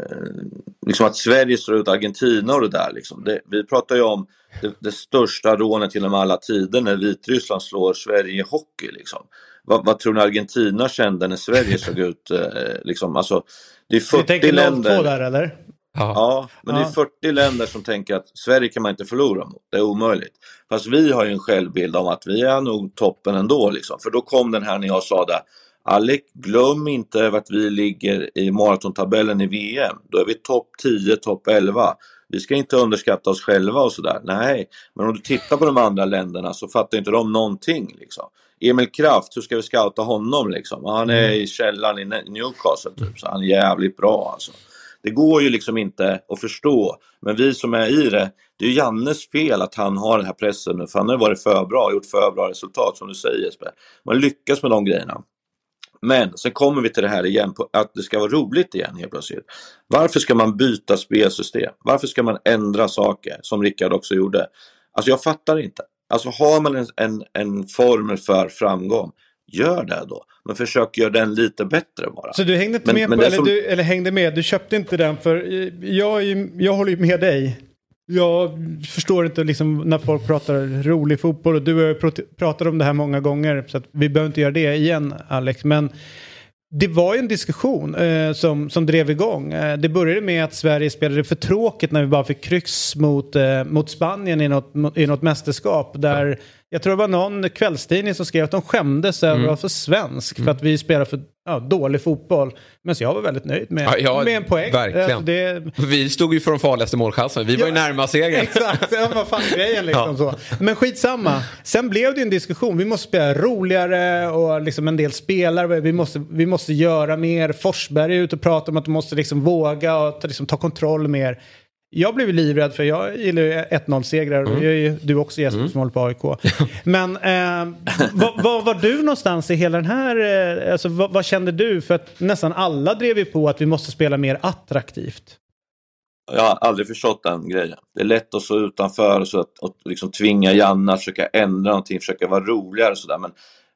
liksom att Sverige står ut Argentina och det där liksom. Det, vi pratar ju om det, det största rånet genom alla tider när Vitryssland slår Sverige i hockey liksom. Vad, vad tror ni Argentina kände när Sverige såg ut eh, liksom, alltså det är fyrtio länder där, eller? Ja, ja men ja. det är fyrtio länder som tänker att Sverige kan man inte förlora mot. Det är omöjligt. Fast vi har ju en självbild om att vi är nog toppen ändå liksom. För då kom den här när jag sa det. Alec, glöm inte att vi ligger i maratontabellen i V M. Då är vi topp tio, topp elva. Vi ska inte underskatta oss själva och sådär. Nej, men om du tittar på de andra länderna så fattar inte de någonting liksom. Emil Kraft, hur ska vi scouta honom liksom? Han är i källan i Newcastle typ, så han är jävligt bra alltså. Det går ju liksom inte att förstå. Men vi som är i det, det är ju Jannes fel att han har den här pressen nu. För han har varit för bra, gjort för bra resultat som du säger Jesper. Man lyckas med de grejerna. Men sen kommer vi till det här igen, på att det ska vara roligt igen helt plötsligt. Varför ska man byta spelsystem? Varför ska man ändra saker som Rickard också gjorde? Alltså jag fattar inte. Alltså har man en, en, en formel för framgång, gör det då. Men försök göra den lite bättre bara. Så du hängde inte men, med men på, eller, som... du, eller hängde med, du köpte inte den för jag, jag håller ju med dig. Jag förstår inte liksom när folk pratar rolig fotboll och du har ju pratat om det här många gånger så att vi behöver inte göra det igen, Alex, men det var ju en diskussion eh, som, som drev igång. Eh, det började med att Sverige spelade för tråkigt när vi bara fick kryss mot, eh, mot Spanien i något, i något mästerskap. Där jag tror det var någon kvällstidning som skrev att de skämdes över mm. att vara för svensk mm. för att vi spelar för ja, dålig fotboll. Men så jag var väldigt nöjd med, ja, ja, med en poäng. Verkligen. Alltså det... Vi stod ju för de farligaste målchanserna. Vi var ju närmast segern. Exakt, det var fan grejen liksom ja. så. Men skitsamma. Sen blev det en diskussion. Vi måste spela roligare och liksom en del spelare. Vi måste, vi måste göra mer. Forsberg är ute och pratar om att de måste liksom våga och liksom ta kontroll mer. Jag blev livrädd för jag gillar ju ett noll-segrar och mm. jag är ju, du också Jesper mm. som håller på A I K. Men eh, vad, vad var du någonstans i hela den här, eh, alltså vad, vad kände du? För att nästan alla drev ju på att vi måste spela mer attraktivt. Jag har aldrig förstått den grejen. Det är lätt att stå utanför och, så att, och liksom tvinga Janna att försöka ändra någonting, försöka vara roligare och sådär. Men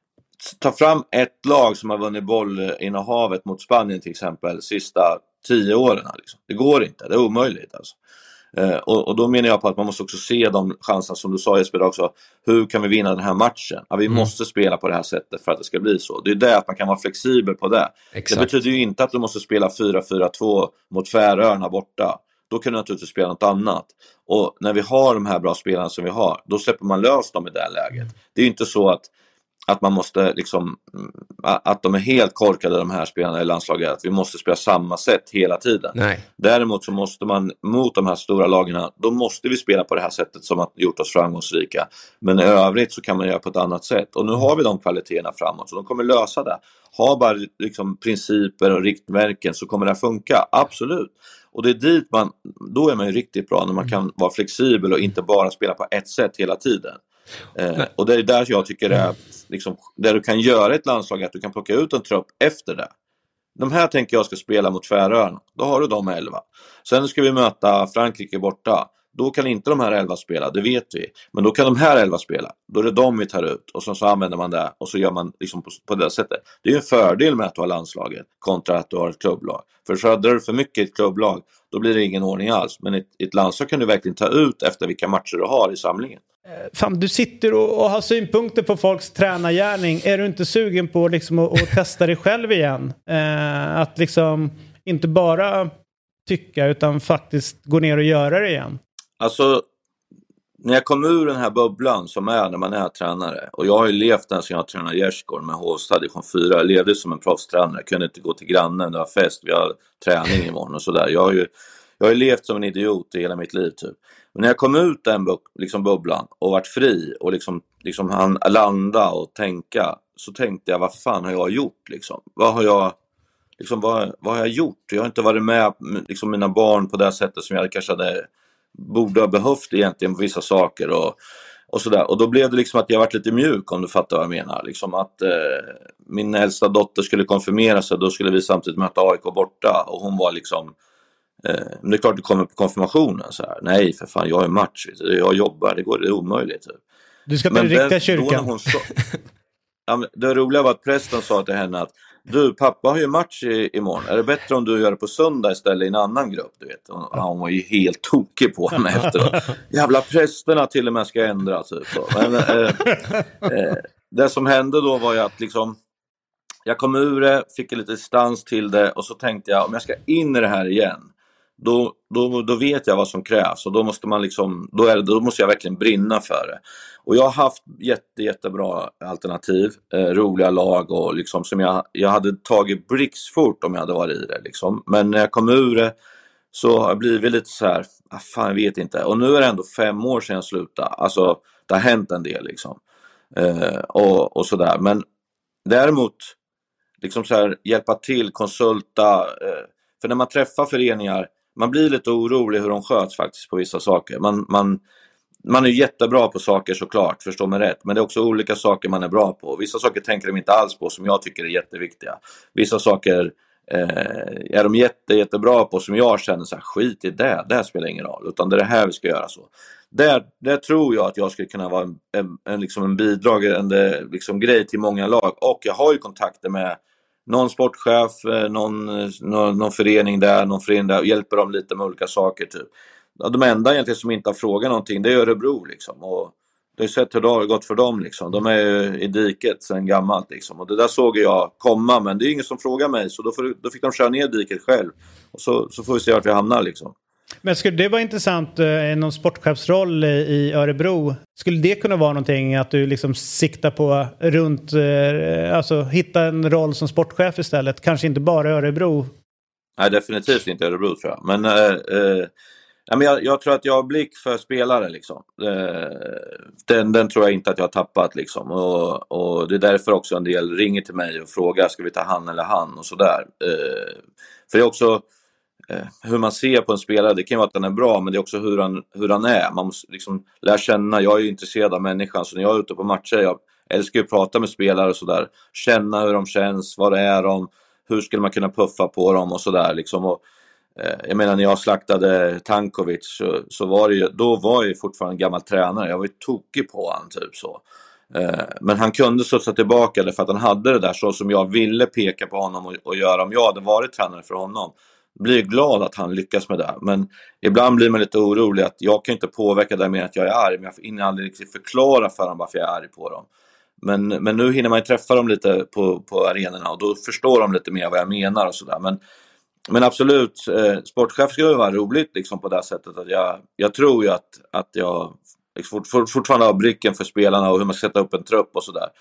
ta fram ett lag som har vunnit bollinnehavet mot Spanien till exempel sista tio åren. Liksom. Det går inte, det är omöjligt alltså. Eh, och, och då menar jag på att man måste också se de chanserna som du sa Jesper också. Hur kan vi vinna den här matchen? Ja, vi mm. måste spela på det här sättet för att det ska bli så. Det är det att man kan vara flexibel på det. Exakt. Det betyder ju inte att du måste spela fyra fyra två mot Färöarna borta. Då kan du naturligtvis spela något annat. Och när vi har de här bra spelarna som vi har, då släpper man lös dem i det läget. Det är ju inte så att att man måste liksom, att de är helt korkade de här spelarna i landslaget, att vi måste spela samma sätt hela tiden. Nej. Däremot så måste man mot de här stora lagarna, då måste vi spela på det här sättet som har gjort oss framgångsrika. Men i övrigt så kan man göra på ett annat sätt. Och nu har vi de kvaliteterna framåt så de kommer lösa det. Ha bara liksom principer och riktmärken så kommer det att funka. Absolut. Och det är dit man, då är man ju riktigt bra när man kan vara flexibel och inte bara spela på ett sätt hela tiden. Eh, och det är där jag tycker det är liksom, där du kan göra ett landslag att du kan plocka ut en trupp efter det. De här tänker jag ska spela mot Färöarna. Då har du de elva. Sen ska vi möta Frankrike borta. Då kan inte de här elva spela, det vet vi. Men då kan de här elva spela. Då är det de vi tar ut. Och så, så använder man det. Och så gör man liksom på, på det sättet. Det är ju en fördel med att du har landslaget kontra att du har ett klubblag. För så drar du för mycket i ett klubblag, då blir det ingen ordning alls. Men i ett landslag kan du verkligen ta ut efter vilka matcher du har i samlingen. Fan, du sitter och, och har synpunkter på folks tränargärning. Är du inte sugen på liksom att, att testa dig själv igen? Eh, att liksom inte bara tycka utan faktiskt gå ner och göra det igen. Alltså, när jag kom ur den här bubblan som är när man är tränare. Och jag har ju levt den sedan jag tränade Gärsgård med Hovstad division fyra. Jag levde som en proffstränare. Jag kunde inte gå till grannen, det var fest, vi har träning imorgon och sådär. Jag har ju jag har ju levt som en idiot i hela mitt liv typ. Men när jag kom ut den bu- liksom bubblan och varit fri och liksom, liksom han landa och tänka. Så tänkte jag, vad fan har jag gjort liksom? Vad har jag... Liksom, vad, vad har jag gjort? Jag har inte varit med liksom, mina barn på det sättet som jag kanske hade, borde ha behövt egentligen på vissa saker och, och sådär. Och då blev det liksom att jag varit lite mjuk, om du fattar vad jag menar. Liksom att eh, min äldsta dotter skulle konfirmera sig, då skulle vi samtidigt möta A I K borta. Och hon var liksom, eh, men det är klart du kommer på konfirmationen. Så här. Nej för fan, jag är match, jag jobbar, det går, det är omöjligt. Typ. Du ska till den riktiga kyrkan. Hon så, ja, det roliga var att prästen sa till henne att du, pappa har ju match i, imorgon. Är det bättre om du gör det på söndag istället i en annan grupp, du vet? Och, ja, hon var ju helt tokig på mig efteråt. Jävla prästerna till och med ska ändra typ. Men eh, eh, det som hände då var ju att liksom jag kom ur det, fick lite distans till det och så tänkte jag, om jag ska in i det här igen, då, då, då vet jag vad som krävs och då måste man liksom, då, är det, då måste jag verkligen brinna för det. Och jag har haft jätte, jättebra alternativ, eh, roliga lag och liksom som jag, jag hade tagit bricksfort om jag hade varit i det liksom. Men när jag kom ur det så har jag blivit lite så här, ah, fan jag vet inte. Och nu är det ändå fem år sedan jag slutade. Alltså det har hänt en del liksom. Eh, och, och sådär. Men däremot liksom så här, hjälpa till, konsulta. Eh, för när man träffar föreningar, man blir lite orolig hur de sköts faktiskt på vissa saker. Man, man, man är jättebra på saker såklart, förstår mig rätt. Men det är också olika saker man är bra på. Vissa saker tänker de inte alls på som jag tycker är jätteviktiga. Vissa saker eh, är de jätte, jättebra på som jag känner så här, skit i det. Det här spelar ingen roll. Utan det är det här vi ska göra så. där, där tror jag att jag skulle kunna vara en, en, en, liksom en bidragande liksom grej till många lag. Och jag har ju kontakter med någon sportchef, någon, någon, någon förening där, någon förening där och hjälper dem lite med olika saker typ. De enda egentligen som inte har frågat någonting, det är Örebro liksom. Och det har ju sett hur det har gått för dem liksom. De är ju i diket sedan gammalt liksom. Och det där såg jag komma, men det är ingen som frågar mig. Så då, får, då fick de köra ner diket själv. Och så, så får vi se vart vi hamnar liksom. Men skulle det vara intressant, eh, någon sportchefsroll i, i Örebro? Skulle det kunna vara någonting att du liksom siktar på runt, eh, alltså hitta en roll som sportchef istället? Kanske inte bara Örebro? Nej, definitivt inte Örebro tror jag. Men... Eh, eh, Ja, men jag, jag tror att jag har blick för spelare liksom. Den, den tror jag inte att jag har tappat liksom. Och, och det är därför också en del ringer till mig och frågar, ska vi ta han eller han och sådär. För det är också hur man ser på en spelare. Det kan ju vara att den är bra, men det är också hur han, hur han är. Man måste liksom lära känna. Jag är ju intresserad av människan, så när jag är ute på matcher, jag älskar ju att prata med spelare och sådär. Känna hur de känns, vad det är de, hur skulle man kunna puffa på dem och sådär liksom. Och jag menar, när jag slaktade Tankovic så, så var det ju, då var jag ju fortfarande en gammal tränare. Jag var ju tokig på han typ så. Men han kunde studsa tillbaka därför att han hade det där så som jag ville peka på honom och, och göra om jag hade varit tränare för honom. Blir glad att han lyckas med det. Men ibland blir man lite orolig att jag kan inte påverka det med att jag är arg. Men jag hinner aldrig riktigt förklara för dem varför jag är arg på dem. Men, men nu hinner man ju träffa dem lite på, på arenorna och då förstår de lite mer vad jag menar och sådär. Men Men absolut, eh, sportchef skulle vara roligt liksom på det sättet att jag, jag tror ju att, att jag fort, fort, fortfarande har blicken för spelarna och hur man ska sätta upp en trupp och sådär.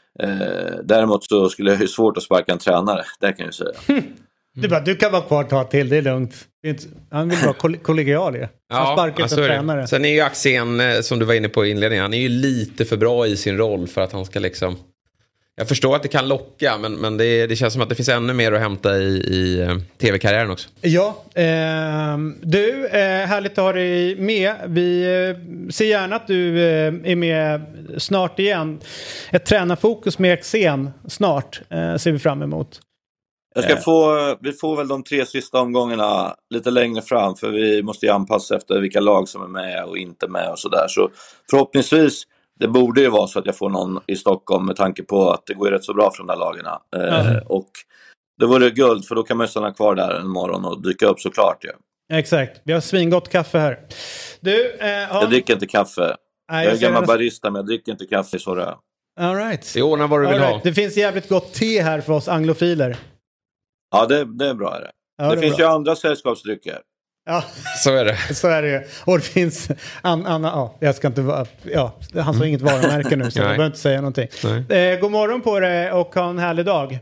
Eh, däremot så skulle jag ju svårt att sparka en tränare, det kan jag säga. Du, bara, du kan vara kvar ett tag till, det är lugnt. Det är inte, han vill vara koll- kollegial ju. Ja, sparkar alltså en tränare. Sen är ju Axén, som du var inne på i inledningen, han är ju lite för bra i sin roll för att han ska liksom... Jag förstår att det kan locka, men, men det, det känns som att det finns ännu mer att hämta i, i tv-karriären också. Ja, eh, du, eh, härligt att ha dig med. Vi eh, ser gärna att du eh, är med snart igen. Ett tränarfokus med Axén snart eh, ser vi fram emot. Jag ska få, vi får väl de tre sista omgångarna lite längre fram, för vi måste ju anpassa efter vilka lag som är med och inte med och sådär. Så förhoppningsvis, det borde ju vara så att jag får någon i Stockholm med tanke på att det går rätt så bra från de där lagarna. Mm. Eh, och det vore guld, för då kan man stanna kvar där en morgon och dyka upp såklart. Ja. Exakt, vi har svingott kaffe här. Du, eh, ja. Jag dricker inte kaffe. Nej, jag är jag gammal det... barista, men jag dricker inte kaffe, så det är. All right. Det ordnar vad du vill right. ha. Det finns jävligt gott te här för oss anglofiler. Ja, det, det är bra. Är det ja, det, det finns bra. ju andra sällskapsdrycker. Ja, så är det. Så är det ju. Och det finns an, an, ja, jag ska inte vara, ja, han har mm. inget varumärke nu så jag behöver inte säga någonting. Eh, god morgon på dig och ha en härlig dag.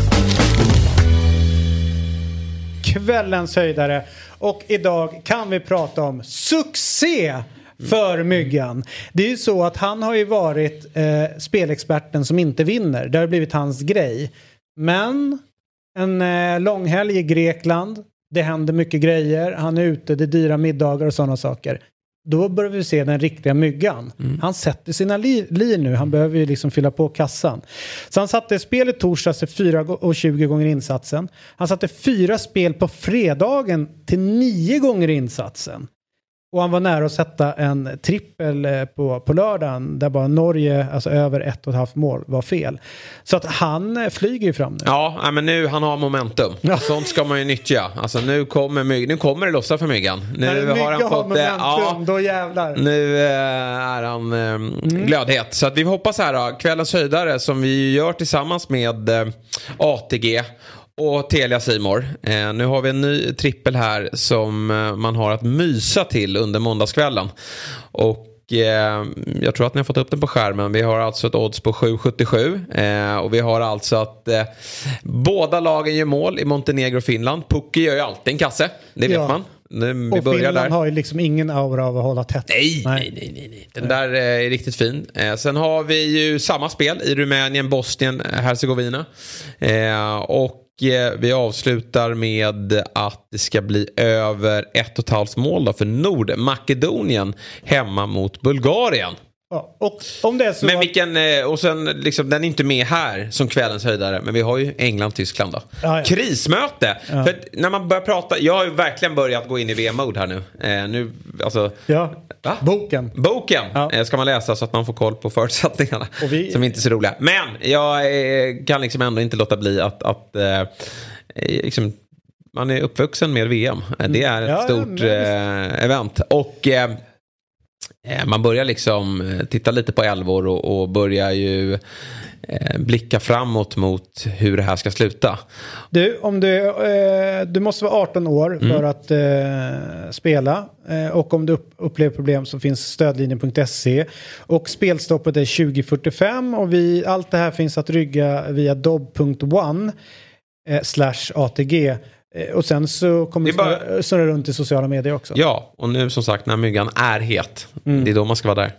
Kvällens höjdare. Och idag kan vi prata om succé för Myggan. Det är ju så att han har ju varit eh, spelexperten som inte vinner. Det har blivit hans grej. Men en eh, långhelg i Grekland. Det händer mycket grejer. Han är ute, det är dyra middagar och sådana saker. Då börjar vi se den riktiga Myggan. Mm. Han sätter sina lir li nu. Han behöver ju liksom fylla på kassan. Så han satte spel i torsdags till fyra och tjugo gånger insatsen. Han satte fyra spel på fredagen till nio gånger insatsen. Och han var nära att sätta en trippel på, på lördagen där bara Norge, alltså över ett och ett halvt mål, var fel. Så att han flyger ju fram nu. Ja, men nu han har momentum. Ja. Sånt ska man ju nyttja. Alltså nu kommer, myg, nu kommer det lossa för Myggan. Nu När har han har fått momentum, ja, då jävlar. Nu äh, är han äh, mm. glödhet. Så att vi hoppas här då, kvällens höjdare som vi gör tillsammans med äh, A T G och Telia Simor. Eh, nu har vi en ny trippel här som eh, man har att mysa till under måndagskvällen. Och eh, jag tror att ni har fått upp den på skärmen. Vi har alltså ett odds på sju sjuttiosju. Eh, och vi har alltså att eh, båda lagen gör mål i Montenegro och Finland. Pucki gör ju alltid en kasse, det vet ja. man. Nu, vi och börjar Finland där. har ju liksom ingen aura av att hålla tätt. Nej, nej, nej, nej, nej. Den där är riktigt fin. Eh, sen har vi ju samma spel i Rumänien, Bosnien, Herzegovina. Eh, och vi avslutar med att det ska bli över ett och ett halvt mål då för Nordmakedonien hemma mot Bulgarien. Ja, och om det är så Men att... vilken, och sen liksom, den är inte med här som kvällens höjdare, men vi har ju England-Tyskland då. Ja, ja. Krismöte! Ja. För när man börjar prata, jag har ju verkligen börjat gå in i V M-mode här nu. Eh, nu alltså, Ja, va? boken. Boken Ja. eh, ska man läsa så att man får koll på förutsättningarna. Och vi- Som inte är så roliga. Men jag eh, kan liksom ändå inte låta bli att, att eh, liksom, man är uppvuxen med V M. Eh, Det är ett Ja, stort men- eh, event. Och eh, eh, man börjar liksom eh, titta lite på elvor och, och börjar ju eh, blicka framåt mot hur det här ska sluta. Du, om du, eh, du måste vara arton år för att eh, spela. Eh, och om du upp, upplever problem så finns stödlinjen punkt se. Och spelstoppet är tjugo fyrtiofem. Och vi, allt det här finns att rygga via dobb punkt one eh, slash ATG. Eh, och sen så kommer Det det är bara- snurra, snurra runt i sociala medier också. Ja, och nu som sagt när myggan är het. Det är då man ska vara där.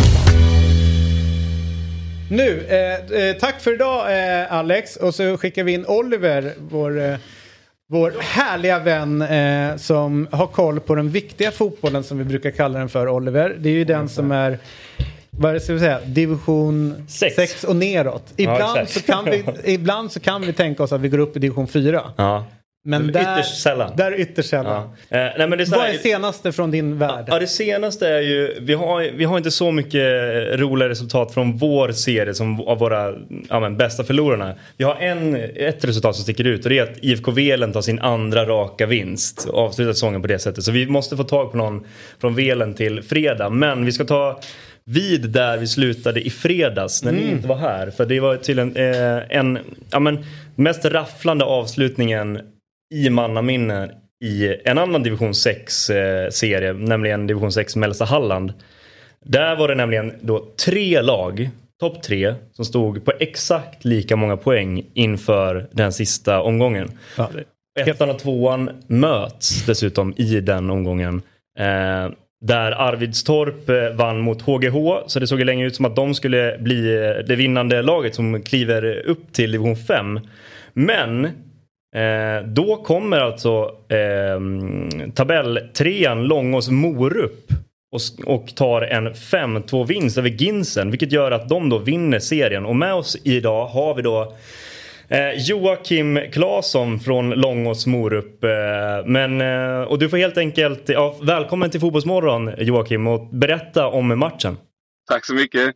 Nu, eh, eh, tack för idag eh, Alex. Och så skickar vi in Oliver, vår, eh, vår härliga vän eh, som har koll på den viktiga fotbollen som vi brukar kalla den för, Oliver. Det är ju den som är, vad ska vi säga, division Sex. sex och neråt. Ibland, exakt. så kan vi, ibland så kan vi tänka oss att vi går upp i division fyra. Ja. Men Men där, ytterst sällan. Där är ytterst sällan. Ja. Eh, nej, men det är så Vad här- är senaste från din värld? Ja, det senaste är ju, vi har, vi har inte så mycket roliga resultat från vår serie som av våra ja, men, bästa förlorarna. Vi har en, ett resultat som sticker ut och det är att I F K Velen tar sin andra raka vinst och avslutar säsongen på det sättet. Så vi måste få tag på någon från Velen till fredag. Men vi ska ta vid där vi slutade i fredags när ni inte var här. För det var till en, eh, en ja, men, mest rafflande avslutningen i mannaminne i en annan division sex eh, serie, nämligen division sex Mellersta Halland. Där var det nämligen då tre lag, topp tre, som stod på exakt lika många poäng inför den sista omgången. Ja. Ettan och tvåan möts dessutom i den omgången. Eh, där Arvidstorp eh, vann mot H G H, så det såg ju länge ut som att de skulle bli eh, det vinnande laget som kliver upp till division fem. Men Eh, då kommer alltså eh, tabelltrean Långås Morup och, och tar en fem två vinst över Ginsen, vilket gör att de då vinner serien. Och med oss idag har vi då eh, Joakim Claesson från Långås Morup. Eh, men, eh, och du får helt enkelt, ja, välkommen till Fotbollsmorgon Joakim, och berätta om matchen. Tack så mycket.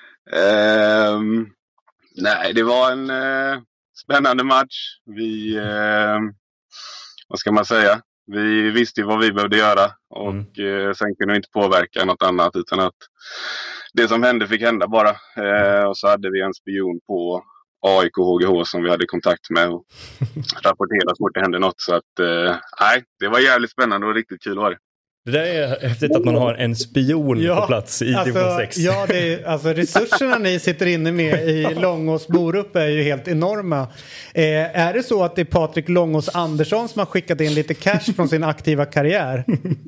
Ehm, nej, det var en eh, spännande match. Vi, eh, vad ska man säga? Vi visste ju vad vi behövde göra och Mm. eh, sen kunde vi inte påverka något annat utan att det som hände fick hända bara. Eh, och så hade vi en spion på A I K H G H som vi hade kontakt med och rapporterade så fort det hände något. Så att, eh, nej, det var jävligt spännande och riktigt kul var det. Det där är häftigt att man har en spion på plats i alltså, division sex. Ja, det är, alltså resurserna ni sitter inne med i Långås Morup är ju helt enorma. Eh, är det så att det är Patrik Långås Andersson som har skickat in lite cash från sin aktiva karriär?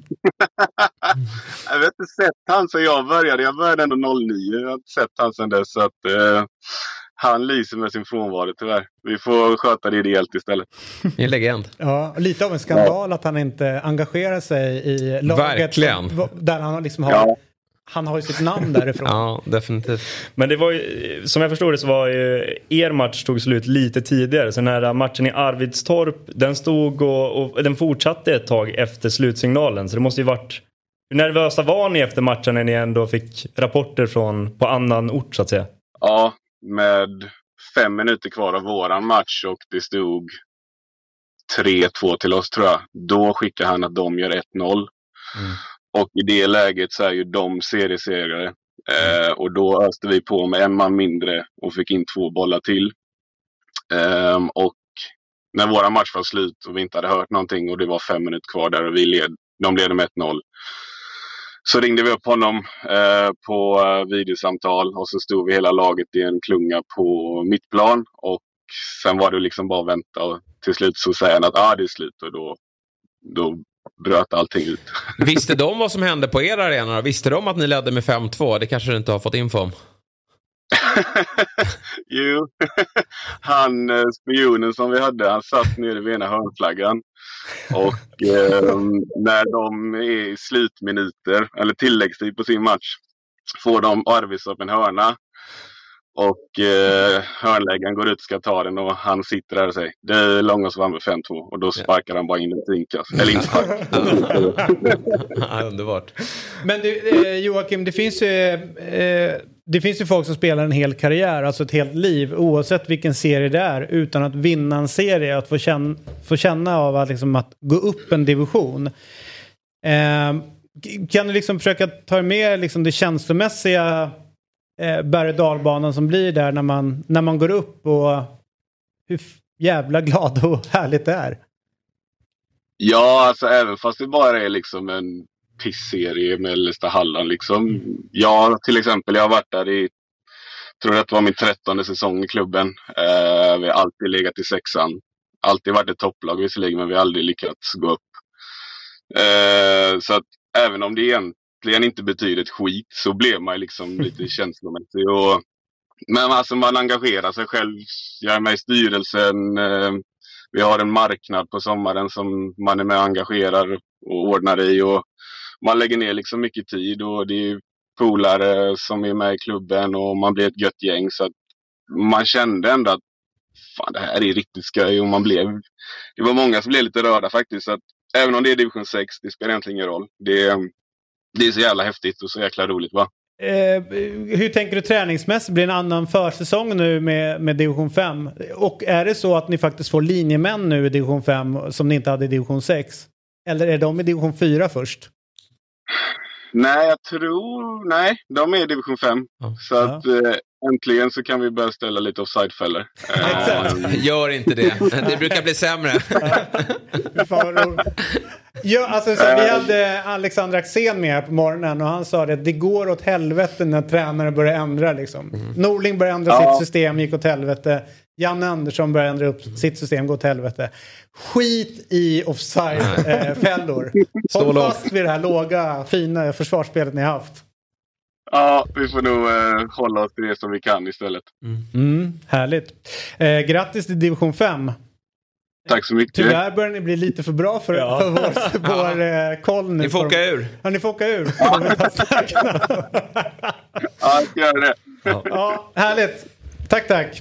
Jag har inte sett han sedan jag började. Jag började ändå noll nio. Jag har inte sett han sedan dess. Så att, eh, han lyser med sin frånvaro tyvärr. Vi får sköta det ideellt istället. Det är en legend. Ja, lite av en skandal att han inte engagerar sig i laget. Verkligen. Som, där han liksom har, Ja. han har ju sitt namn därifrån. Ja, definitivt. Men det var ju, som jag förstår det så var ju er match tog slut lite tidigare. Så den här matchen i Arvidstorp, den stod och, och den fortsatte ett tag efter slutsignalen. Så det måste ju varit, hur nervösa var ni efter matchen när ni ändå fick rapporter från på annan ort så att säga? Ja, med fem minuter kvar av våran match och det stod tre två till oss tror jag. Då skickar han att de gör ett noll. Mm. Och i det läget så är ju de seriesegrare. Eh, och då öste vi på med en man mindre och fick in två bollar till. Eh, och när våra match var slut och vi inte hade hört någonting och det var fem minuter kvar där och vi led, de ledde med ett noll. Så ringde vi upp honom eh, på eh, videosamtal och så stod vi hela laget i en klunga på mittplan. Och sen var det liksom bara att vänta och till slut så säger han att ah, det är slut och då, då bröt allting ut. Visste de vad som hände på er arena? Visste de att ni ledde med fem två? Det kanske du inte har fått info om. Jo, han eh, spionen som vi hade, han satt nere vid ena hörnflaggan. Och eh, när de är i slutminuter, eller tilläggstid på sin match, får de Arvis upp en hörna. Och eh, hörnläggaren går ut och ska ta den och han sitter där och säger det är Långås vann med fem två och då sparkar han bara in en inkast. Eller inte spark. Ja, underbart. Men du, eh, Joakim, det finns ju eh, det finns ju folk som spelar en hel karriär, alltså ett helt liv, oavsett vilken serie det är, utan att vinna en serie, att få känna, få känna av att, liksom, att gå upp en division. Eh, kan du liksom försöka ta med liksom det känslomässiga eh, berg- och dalbanan som blir där när man, när man går upp, och hur jävla glad och härligt det är? Ja, alltså även fast det bara är liksom en pissserie med Lesta Halland liksom. Jag till exempel, jag har varit där i, tror att det var min trettonde säsong i klubben. Eh, vi har alltid legat i sexan. Alltid varit ett topplag visserligen, men vi har aldrig lyckats gå upp. Eh, så att även om det egentligen inte betyder ett skit så blev man liksom lite känslomässig. Och, men alltså man engagerar sig själv. Jag är med i styrelsen. Eh, vi har en marknad på sommaren som man är med och engagerar och ordnar i. Och man lägger ner liksom mycket tid och det är polare som är med i klubben och man blir ett gött gäng. Så att man kände ändå att fan, det här är riktigt skoj. Och man blev, det var många som blev lite rörda faktiskt. Så att även om det är division sex, det spelar egentligen ingen roll. Det, det är så jävla häftigt och så jäkla roligt, va? Eh, hur tänker du träningsmässigt? Blir det en annan försäsong nu med, med division fem? Och är det så att ni faktiskt får linjemän nu i division fem som ni inte hade i division sex? Eller är de i division fyra först? Nej, jag tror... Nej, de är i division fem. Ja. Så ja. att eh, äntligen så kan vi börja ställa lite offside-fällor. Eh, Gör inte det. Det brukar bli sämre. Ja, alltså, så vi hade Alexander Axén med på morgonen och han sa det att det går åt helvete när tränare börjar ändra liksom. Mm. Norling började ändra ja. sitt system, gick åt helvete. Janne Andersson började ändra upp sitt system, gå åt helvete. Skit i offside-fällor. Håll fast vid det här låga, fina försvarsspelet ni har haft. Ja, vi får nog eh, hålla oss till det som vi kan istället. Mm. Mm, härligt. Eh, grattis till division fem. Tack så mycket. Tyvärr börjar ni bli lite för bra för, ja. för vår, vår eh, koll nu. Ni får åka ur. Ja, ni får åka ur. Ja, jag ska göra det. Ja. Ja, härligt. Tack, tack.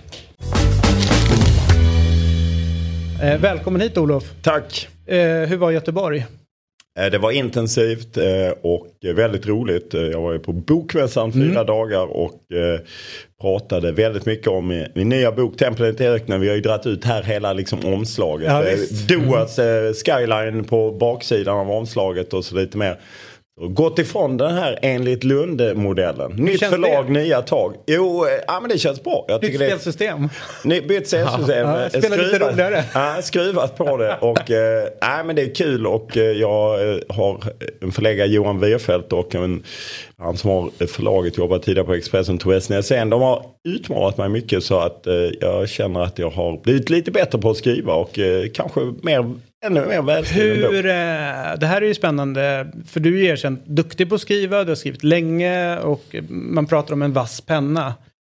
Eh, välkommen hit, Olof. Tack. Eh, hur var Göteborg? Eh, det var intensivt eh, och väldigt roligt. Jag var ju på bokmässan fyra mm. dagar och eh, pratade väldigt mycket om min, min nya bok Templet i öknen. Vi har ju dratt ut här hela liksom omslaget. Ja, eh, Doas eh, skyline på baksidan av omslaget och så lite mer. Och gått ifrån den här enligt Lund-modellen. Nytt förlag, det? nya tag. Jo, ja, men det känns bra. Jag bytt spelsystem. Bytt spelsystem. Ja, spelar lite roligare. Ja, skruvat på det. Och äh, ja, men det är kul. Och äh, jag äh, har en förläggare, Johan Wierfeldt, och en, han som har förlaget jobbat tidigare på Expressen, Tobias Näsén. De har utmanat mig mycket så att äh, jag känner att jag har blivit lite bättre på att skriva och äh, kanske mer... Ännu mer välskriven. Hur, eh, det här är ju spännande, för du är erkänt duktig på att skriva, du har skrivit länge och man pratar om en vass penna.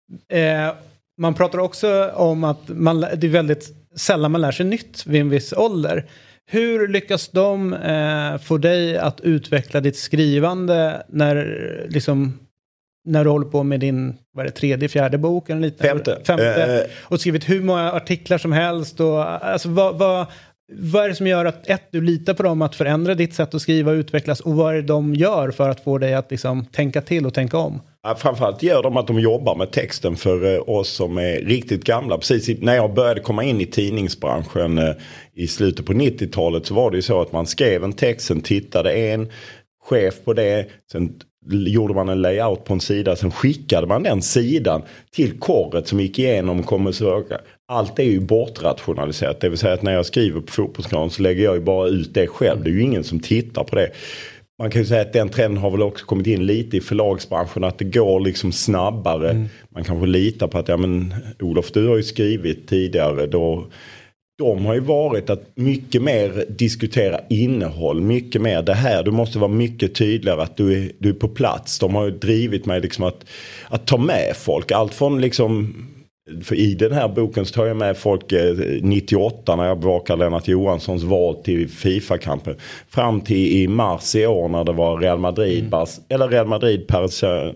Eh, man pratar också om att man, det är väldigt sällan man lär sig nytt vid en viss ålder. Hur lyckas de eh, få dig att utveckla ditt skrivande när, liksom, när du håller på med din vad är det, tredje, fjärde bok? Eller lite, femte. femte eh. och skrivit hur många artiklar som helst. Och, alltså, vad... vad Vad är det som gör att ett, du litar på dem att förändra ditt sätt att skriva och utvecklas, och vad är det de gör för att få dig att liksom tänka till och tänka om? Ja, framförallt gör de att de jobbar med texten för eh, oss som är riktigt gamla. Precis när jag började komma in i tidningsbranschen eh, i slutet på nittiotalet så var det ju så att man skrev en text, sen tittade en chef på det, sen gjorde man en layout på en sida, sen skickade man den sidan till korret som gick igenom och kommer söka. Allt är ju bortrationaliserat, det vill säga att när jag skriver på Fotbollskanalen så lägger jag ju bara ut det själv. Det är ju ingen som tittar på det. Man kan ju säga att den trenden har väl också kommit in lite i förlagsbranschen, att det går liksom snabbare. Mm. Man kanske litar på att, ja men Olof, du har ju skrivit tidigare, då... De har ju varit att mycket mer diskutera innehåll, mycket mer det här. Du måste vara mycket tydligare att du är, du är på plats. De har ju drivit mig liksom att, att ta med folk. Allt från liksom, för i den här boken så tar jag med folk nittioåtta när jag bevakade Lennart Johanssons val till FIFA-kampen. Fram till i mars i år när det var Real Madrid, mm. Bas, eller Real Madrid, Paris,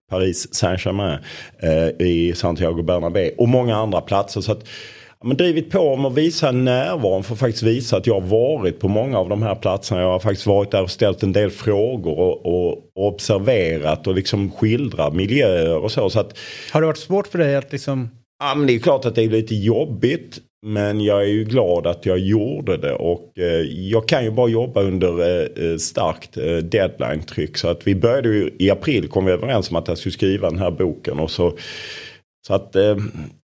Paris Saint-Germain eh, i Santiago Bernabéu och många andra platser. Så att ja, men drivit på om att visa närvaron för att faktiskt visa att jag har varit på många av de här platserna. Jag har faktiskt varit där och ställt en del frågor och, och, och observerat och liksom skildrat miljöer och så. Så att, har det varit svårt för dig att liksom... Ja, men det är klart att det är lite jobbigt, men jag är ju glad att jag gjorde det och eh, jag kan ju bara jobba under eh, starkt eh, deadline-tryck. Så att vi började ju i april, kom vi överens om att jag skulle skriva den här boken och så, så att eh,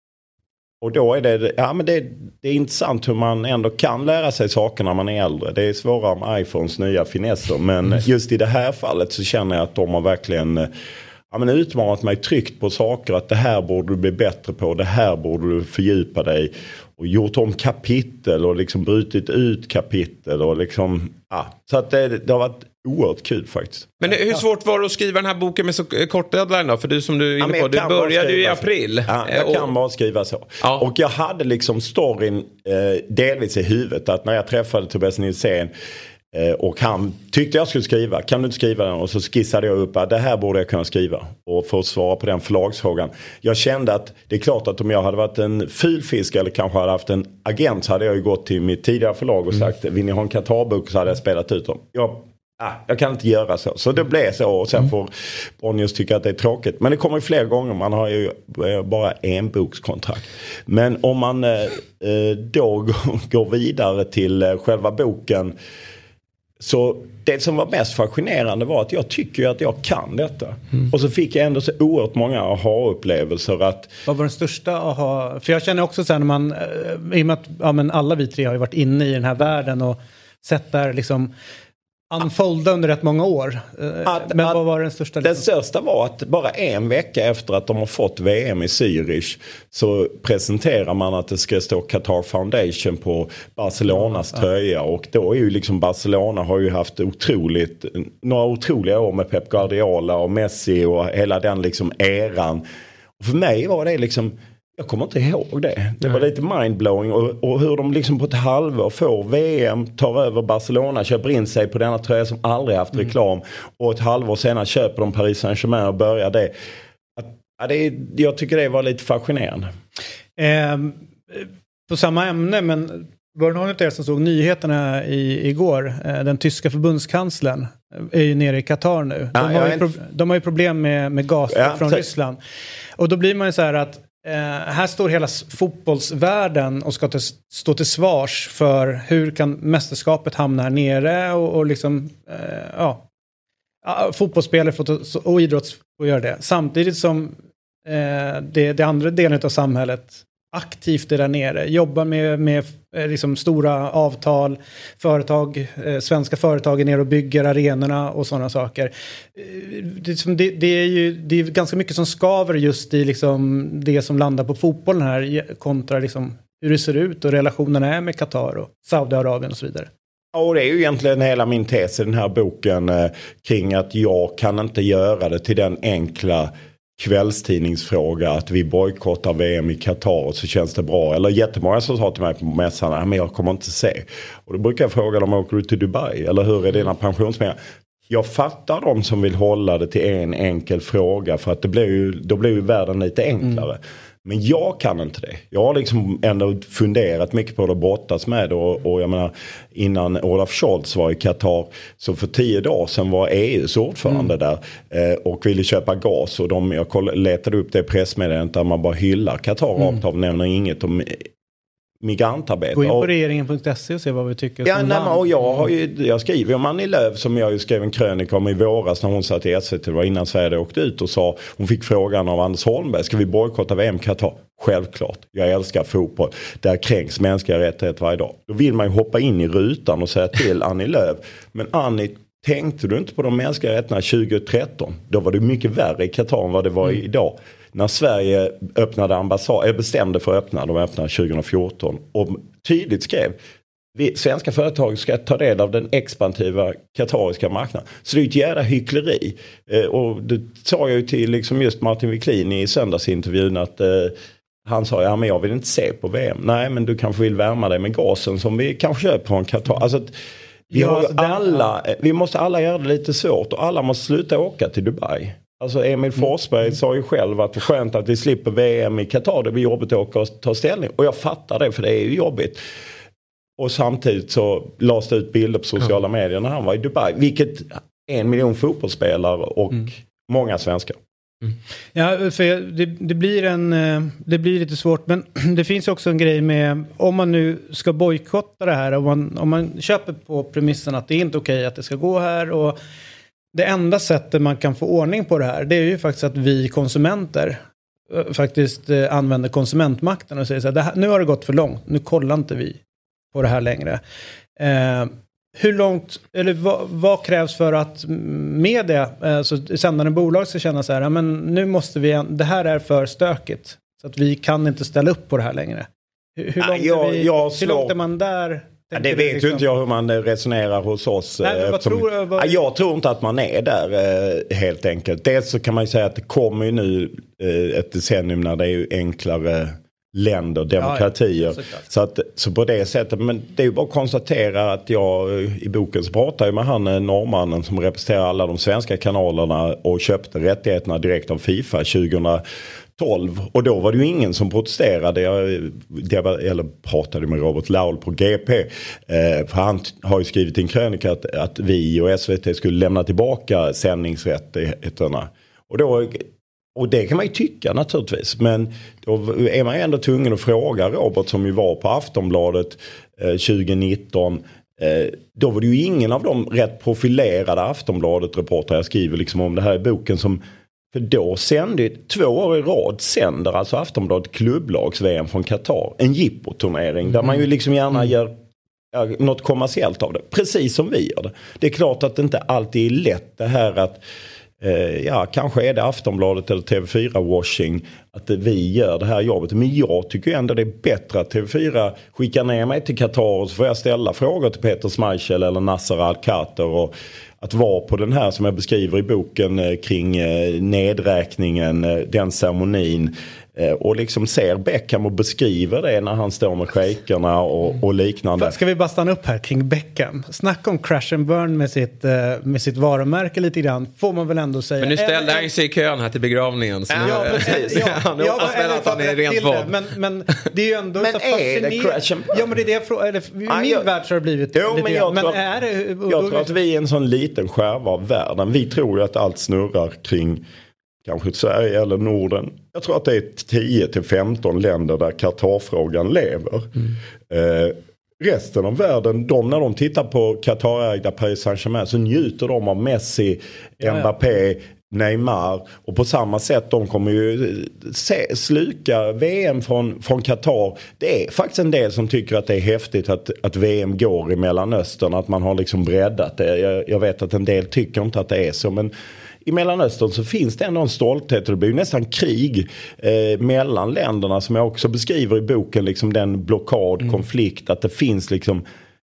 och då är det, ja men det, det är intressant hur man ändå kan lära sig saker när man är äldre. Det är svårare med iPhones nya finesser, men just i det här fallet så känner jag att de har verkligen ja, men utmanat mig, tryckt på saker att det här borde du bli bättre på, det här borde du fördjupa dig och gjort om kapitel och liksom brutit ut kapitel och liksom, ja, så att det, det har varit oerhört kul faktiskt. Men hur svårt var det att skriva den här boken med så kort deadline då? För du som du är inne på, ja, du började ju i april. Ja, jag och... kan bara skriva så. Ja. Och jag hade liksom storyn eh, delvis i huvudet att när jag träffade Tobias Nilsén och han tyckte jag skulle skriva, kan du inte skriva den? Och så skissade jag upp att det här borde jag kunna skriva. Och få svara på den förlagsfrågan. Jag kände att det är klart att om jag hade varit en fylfisk eller kanske hade haft en agent så hade jag ju gått till mitt tidigare förlag och sagt mm. vill ni ha en Qatar-bok så hade jag spelat ut dem. Jag, ah, jag kan inte göra så. Så det blev så och sen mm. får Bonniers tycka att det är tråkigt. Men det kommer ju fler gånger, man har ju bara en bokskontrakt. Men om man eh, då går vidare till själva boken. Så det som var mest fascinerande var att jag tycker att jag kan detta. Mm. Och så fick jag ändå så oerhört många aha-upplevelser att... Vad var den största aha? För jag känner också så här när man... I och med att ja, men alla vi tre har ju varit inne i den här världen och sett där liksom... unfolda under rätt många år. Att, Men vad var den största? Den största var att bara en vecka efter att de har fått V M i Zürich så presenterar man att det ska stå Qatar Foundation på Barcelonas ja, tröja. Och då är ju liksom Barcelona har ju haft otroligt, några otroliga år med Pep Guardiola och Messi och hela den liksom eran. Och för mig var det liksom... Jag kommer inte ihåg det. Det var lite mindblowing och, och hur de liksom på ett halvår får V M, tar över Barcelona, köper in sig på denna tröja som aldrig haft reklam mm. och ett halvår senare köper de Paris Saint-Germain och börjar det. Att, ja, det är, jag tycker det var lite fascinerande. Eh, på samma ämne, men var det någon av er som såg nyheterna i, igår? Eh, den tyska förbundskanslern är ju nere i Qatar nu. De, ja, har, ju pro- de har ju problem med, med gas ja, från så... Ryssland. Och då blir man ju så här att Uh, här står hela fotbollsvärlden och ska till, stå till svars för hur kan mästerskapet hamna här nere och, och liksom uh, ja uh, fotbollsspelare får, och idrotts får göra det samtidigt som uh, det, det andra delen av samhället aktivt är där nere, jobbar med, med liksom stora avtal, företag, eh, svenska företag är nere och bygger arenorna och sådana saker. Det, det, det är ju det är ganska mycket som skaver just i liksom det som landar på fotbollen här kontra liksom hur det ser ut och relationerna är med Qatar och Saudiarabien och så vidare. Ja, och det är ju egentligen hela min tes i den här boken eh, kring att jag kan inte göra det till den enkla kvällstidningsfråga att vi bojkottar V M i Qatar och så känns det bra. Eller jättemånga som sa till mig på mässan, men jag kommer inte se. Och då brukar jag fråga dem, åker du till Dubai? Eller hur är dina pensionspengar? Jag fattar de som vill hålla det till en enkel fråga för att det blir ju, då blir ju världen lite enklare. Mm. Men jag kan inte det. Jag har liksom ändå funderat mycket på det och brottats med det. Och, och jag menar, innan Olaf Scholz var i Qatar så för tio dagar sedan var E U:s ordförande mm. där eh, och ville köpa gas. Och de, jag koll, letade upp det pressmeddelandet där man bara hyllar Qatar mm. rakt av, nämner inget om migrantarbete. Gå in på regeringen punkt se och se vad vi tycker. Ja, nej, och jag har ju, jag skriver om Annie Lööf som jag ju skrev en krönika om i våras när hon satt i S V T, det var innan Sverige åkte ut och sa, hon fick frågan av Anders Holmberg, ska vi bojkotta V M Qatar? Självklart, jag älskar fotboll. Där kränks mänskliga rättigheter varje dag. Då vill man ju hoppa in i rutan och säga till Annie Lööf, men Annie, tänkte du inte på de mänskliga rättigheterna tjugo tretton? Då var det mycket värre i Qatar än vad det var mm. idag. När Sverige öppnade ambassad, jag bestämde för att öppna, de öppnade tjugo fjorton och tydligt skrev, vi, svenska företag ska ta del av den expansiva katariska marknaden. Så det är ett jävla hyckleri. Eh, och det sa jag ju till liksom just Martin Wiklin i söndagsintervjun att eh, han sa, ja men jag vill inte se på V M. Nej, men du kanske vill värma dig med gasen som vi kanske köper från Qatar. Alltså att vi, ja, har alltså alla, vi måste alla göra det lite svårt och alla måste sluta åka till Dubai. Alltså Emil Forsberg mm. sa ju själv att det är skönt att vi slipper V M i Qatar. Det blir jobbigt att åka och ta ställning. Och jag fattar det, för det är ju jobbigt. Och samtidigt så lades det ut bilder på sociala mm. medier när han var i Dubai. Vilket en miljon fotbollsspelare och mm. många svenskar. Mm. Ja, för det, det blir en det blir lite svårt, men det finns också en grej med om man nu ska bojkotta det här, om man, om man köper på premissen att det är inte okej att det ska gå här, och det enda sättet man kan få ordning på det här, det är ju faktiskt att vi konsumenter faktiskt använder konsumentmakten och säger så här, det här, nu har det gått för långt, nu kollar inte vi på det här längre. Eh, hur långt, eller vad, vad krävs för att media, alltså sändande bolag, ska känna så här, ja, men nu måste vi, det här är för stökigt så att vi kan inte ställa upp på det här längre. Hur, hur, långt, jag, är vi, jag hur långt är man där? Ja, det vet liksom... ju inte jag hur man resonerar hos oss. Nej, vad tror du, vad... ja, jag tror inte att man är där helt enkelt. Dels så kan man ju säga att det kommer ju nu ett decennium när det är ju enklare länder, demokratier. Ja, ja, så, att, så på det sättet, men det är ju bara att konstatera att jag i boken så pratar jag med han norrmannen som representerar alla de svenska kanalerna och köpte rättigheterna direkt av FIFA tjugohundratolv. Och då var det ju ingen som protesterade. Jag, jag eller pratade med Robert Laul på G P. Eh, för han har ju skrivit i en krönika att, att vi och S V T skulle lämna tillbaka sändningsrättigheterna. Och då Och det kan man ju tycka naturligtvis. Men då är man ju ändå tvungen att fråga Robert, som ju var på Aftonbladet eh, tjugonitton. Eh, då var det ju ingen av de rätt profilerade Aftonbladet-reportrar jag skriver liksom om det här i boken som... För då sände två år i rad sänder alltså Aftonbladet klubblags-V M från Qatar. En jippoturnering mm. där man ju liksom gärna gör ja, något kommersiellt av det. Precis som vi gör det. Det är klart att det inte alltid är lätt det här att... Uh, ja, kanske är det Aftonbladet eller T V fyra-washing att vi gör det här jobbet. Men jag tycker ändå det är bättre att T V fyra skickar ner mig till Qatar och så får jag ställa frågor till Peter Schmeichel eller Nasser Al-Khater och att vara på den här som jag beskriver i boken uh, kring uh, nedräkningen, uh, den ceremonin. Och liksom ser Beckham och beskriver det när han står med shakerna och, och liknande. Ska vi bara stanna upp här kring Beckham? Snacka om crash and burn med sitt, med sitt varumärke lite grann. Får man väl ändå säga. Men nu ställde han sig i kön här till begravningen. Så ja, nu, precis. Ja, han ja, spelar att han är rent vad. Men, men det är ju ändå men så är det crash and burn? Ja, men det är det jag frågar. I min ah, jag, värld så har det blivit jo, lite men jag, men tror, är det, och, jag tror att vi är en sån liten skärva av världen. Vi tror ju att allt snurrar kring kanske Sverige eller Norden. Jag tror att det är tio till femton länder där Qatar-frågan lever. Mm. Eh, resten av världen, de när de tittar på Qatar-ägda Paris Saint-Germain så njuter de av Messi, Mbappé, ja, ja. Neymar. Och på samma sätt de kommer ju se, sluka V M från, från Qatar. Det är faktiskt en del som tycker att det är häftigt att, att V M går i Mellanöstern. Att man har liksom breddat det. Jag, jag vet att en del tycker inte att det är så, men i Mellanöstern så finns det ändå en stolthet och det blir nästan krig eh, mellan länderna som jag också beskriver i boken, liksom den blockad, mm. konflikt, att det finns liksom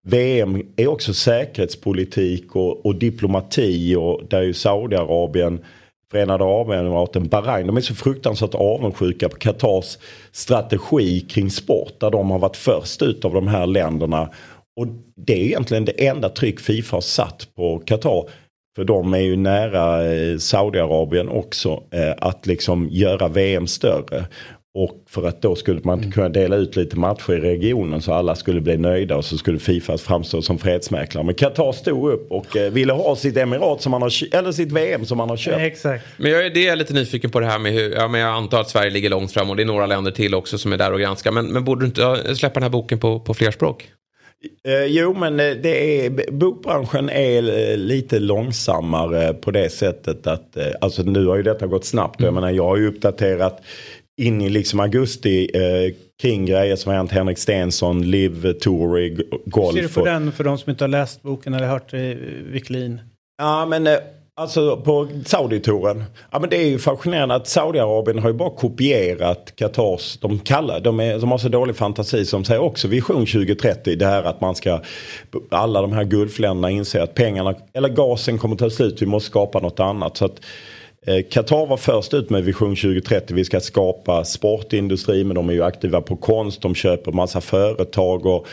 V M är också säkerhetspolitik och, och diplomati och där är ju Saudiarabien, Förenade Arabemiraten, Bahrain, de är så fruktansvärt avundsjuka på Qatars strategi kring sport där de har varit först ut av de här länderna och det är egentligen det enda tryck FIFA har satt på Qatar. För de är ju nära eh, Saudiarabien också eh, att liksom göra V M större. Och för att då skulle man mm. kunna dela ut lite matcher i regionen så alla skulle bli nöjda och så skulle FIFA framstå som fredsmäklare. Men Qatar stod upp och eh, ville ha sitt emirat som man har eller sitt V M som man har köpt. Ja, exakt. Men jag är, det är lite nyfiken på det här med hur, ja, men jag antar att Sverige ligger långt fram och det är några länder till också som är där och granskar. Men, men borde du inte släppa den här boken på, på fler språk? Eh, jo, men det är, bokbranschen är lite långsammare på det sättet att, eh, alltså nu har ju detta gått snabbt. Mm. Jag menar, jag har ju uppdaterat in i liksom augusti eh, kring grejer som har hänt Henrik Stenson, Live Tour i golf. Hur ser du på den för de som inte har läst boken eller hört eh, Wiklin? Ja, men... Eh, Alltså på Saudi-touren. Ja, men det är ju fascinerande att Saudiarabien har ju bara kopierat Qatars, de kallar, de, är, de har så dålig fantasi som säger också Vision tjugo trettio. Det här att man ska, alla de här gulfländerna inser att pengarna, eller gasen kommer ta slut, vi måste skapa något annat. Så att eh, Qatar var först ut med Vision tjugo trettio, vi ska skapa sportindustri, men de är ju aktiva på konst, de köper massa företag och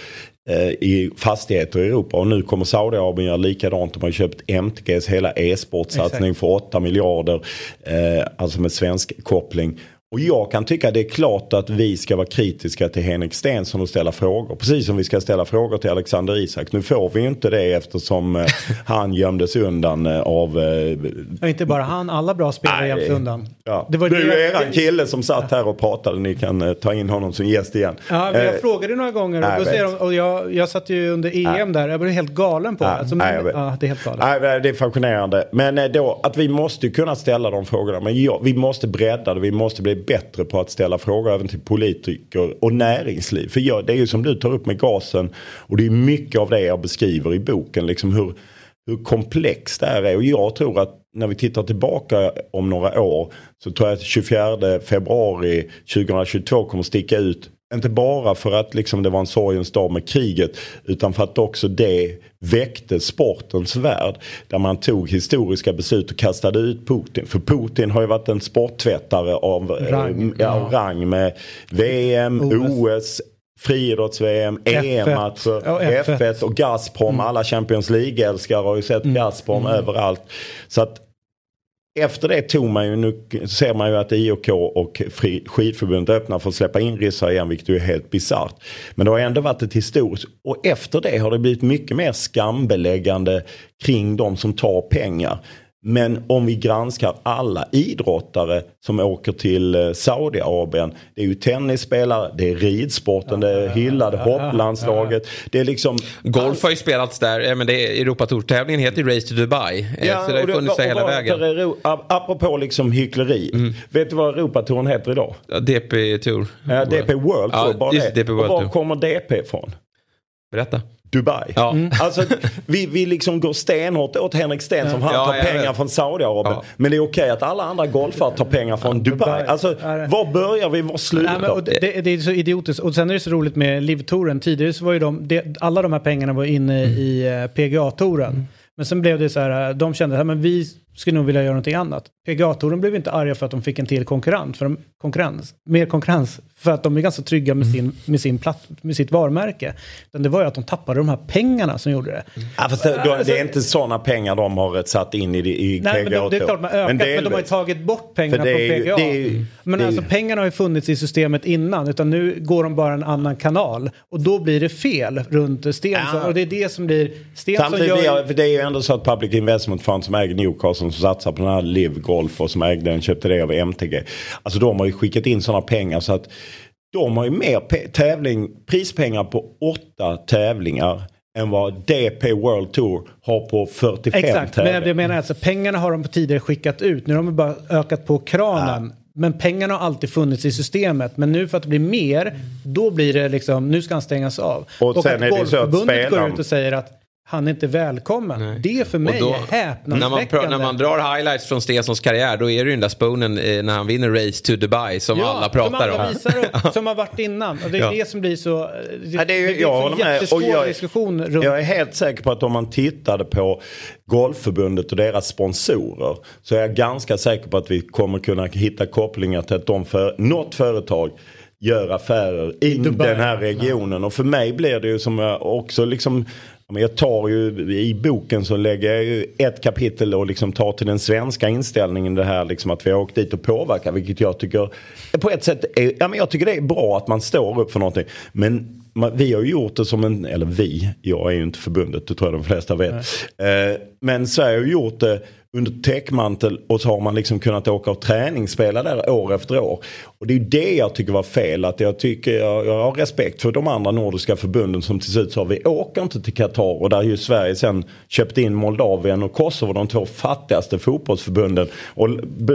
i fastigheter i Europa. Och nu kommer Saudiarabien göra likadant. De har köpt M T Gs hela e-sportsatsning Exakt. för åtta miljarder. Eh, alltså med svensk koppling. Och jag kan tycka det är klart att vi ska vara kritiska till Henrik Stenson och ställa frågor. Precis som vi ska ställa frågor till Alexander Isak. Nu får vi ju inte det eftersom eh, han gömdes undan eh, av... Eh, ja, inte bara han, alla bra spelare gömdes undan. Ja. Det var det, det är en kille som satt här och pratade. Ni kan eh, ta in honom som gäst igen. Ja, men jag eh, frågade några gånger. Och, då säger de, och jag, jag satt ju under E M nej. där. Jag blev helt galen på nej. det. Alltså, men, nej, ja, det är helt galet. Nej, det är fascinerande. Men eh, då, att vi måste kunna ställa de frågorna. Men ja, vi måste bredda det. Vi måste bli bättre på att ställa frågor även till politiker och näringsliv. För ja, det är ju som du tar upp med gasen och det är mycket av det jag beskriver i boken. Liksom hur, hur komplext det här är. Och jag tror att när vi tittar tillbaka om några år så tror jag att tjugofjärde februari tjugohundratjugotvå kommer sticka ut. Inte bara för att liksom det var en sorgens dag med kriget utan för att också det väckte sportens värld. Där man tog historiska beslut och kastade ut Putin. För Putin har ju varit en sporttvättare av rang, äh, ja. rang med V M, O S, friidrotts-V M, E M-matcher, ja, F ett och Gazprom. Mm. Alla Champions League-älskare har ju sett mm. Gazprom mm. överallt. Så att efter det tog man ju, nu ser man ju att I O K och skidförbundet öppnar för att släppa in ryssar igen, vilket är helt bizarrt. Men det har ändå varit ett historiskt. Och efter det har det blivit mycket mer skambeläggande kring de som tar pengar. Men om vi granskar alla idrottare som åker till Saudiarabien, det är ju tennisspelare, det är ridsporten, det är hyllade hopplandslaget, det är liksom... Golf har ju spelats där, men det är Europatourtävlingen heter ju Race to Dubai. Ja, så det har funnits där hela vägen. Euro, apropå liksom hyckleri, mm. vet du vad Europatouren heter idag? Ja, D P Tour. Ja, D P World Tour, ja, bara det. det. D P World och var Tour. kommer D P från? Berätta. Dubai. Ja. Mm. Alltså, vi, vi liksom går stenhårt åt Henrik Sten som ja. han tar ja, pengar från Saudiarabien. Ja. Men det är okej att alla andra golfare tar pengar från ja, Dubai. Alltså, var börjar vi? Var slutar? Nej, det, det, det är så idiotiskt. Och sen är det så roligt med Live-touren. Tidigare så var ju de, det, alla de här pengarna var inne mm. i uh, P G A-touren. Mm. Men sen blev det så här, de kände att vi skulle nog vilja göra någonting annat. P G A-touren blev inte arga för att de fick en till konkurrent, för de, konkurrens, mer konkurrens, för att de är ganska trygga med, sin, med, sin platt, med sitt varumärke. Men det var ju att de tappade de här pengarna som gjorde det. Mm. Ja, fast det, då, det är inte sådana pengar de har satt in i, i Nej, P G A. Men det, det är klart man ökat, men, men de har ju tagit bort pengarna från P G A. Ju, men alltså ju... pengarna har ju funnits i systemet innan, utan nu går de bara en annan kanal. Och då blir det fel runt Stensson. Ja. Och det är det som blir... Stensson gör... det, är, för det är ju ändå så att Public Investment Fund som äger Newcastle som satsar på den här Live Golf och som ägde den, köpte det av M T G. Alltså de har ju skickat in sådana pengar så att de har ju mer pe- tävling, prispengar på åtta tävlingar än vad D P World Tour har på fyrtiofem Exakt, tävlingar. men jag menar alltså pengarna har de på tidigare skickat ut. Nu har de bara ökat på kranen. Ja. Men pengarna har alltid funnits i systemet. Men nu för att det blir mer, då blir det liksom, nu ska han stängas av. Och, och sen att Golförbundet går ut och säger att han är inte välkommen. Nej. Det är för mig då, häpnadsväckande. När man, pr- när man drar highlights från Stenssons karriär, då är det ju den där spoonen eh, när han vinner Race to Dubai som ja, alla pratar som alla om. Visar upp, som har varit innan. Och det är ja. det som blir så... Det, ja, det är ju, det jag håller med. Och jag, diskussion runt. Jag är helt säker på att om man tittade på Golfförbundet och deras sponsorer så är jag ganska säker på att vi kommer kunna hitta kopplingar till att de för, något företag gör affärer i Dubai. Den här regionen. Ja. Och för mig blir det ju som jag också liksom... Men jag tar ju i boken så lägger jag ju ett kapitel och liksom tar till den svenska inställningen det här liksom att vi har åkt dit och påverkar, vilket jag tycker på ett sätt är, ja men jag tycker det är bra att man står upp för någonting, men man, vi har ju gjort det som en, eller vi, jag är ju inte förbundet, det tror jag de flesta vet, eh, men Sverige har gjort det under täckmantel och så har man liksom kunnat åka och träningsspela där år efter år. Och det är ju det jag tycker var fel. Att jag tycker jag, jag har respekt för de andra nordiska förbunden som till slut sa vi åker inte till Qatar. Och där ju Sverige sen köpte in Moldavien och Kosovo, de två fattigaste fotbollsförbunden. Och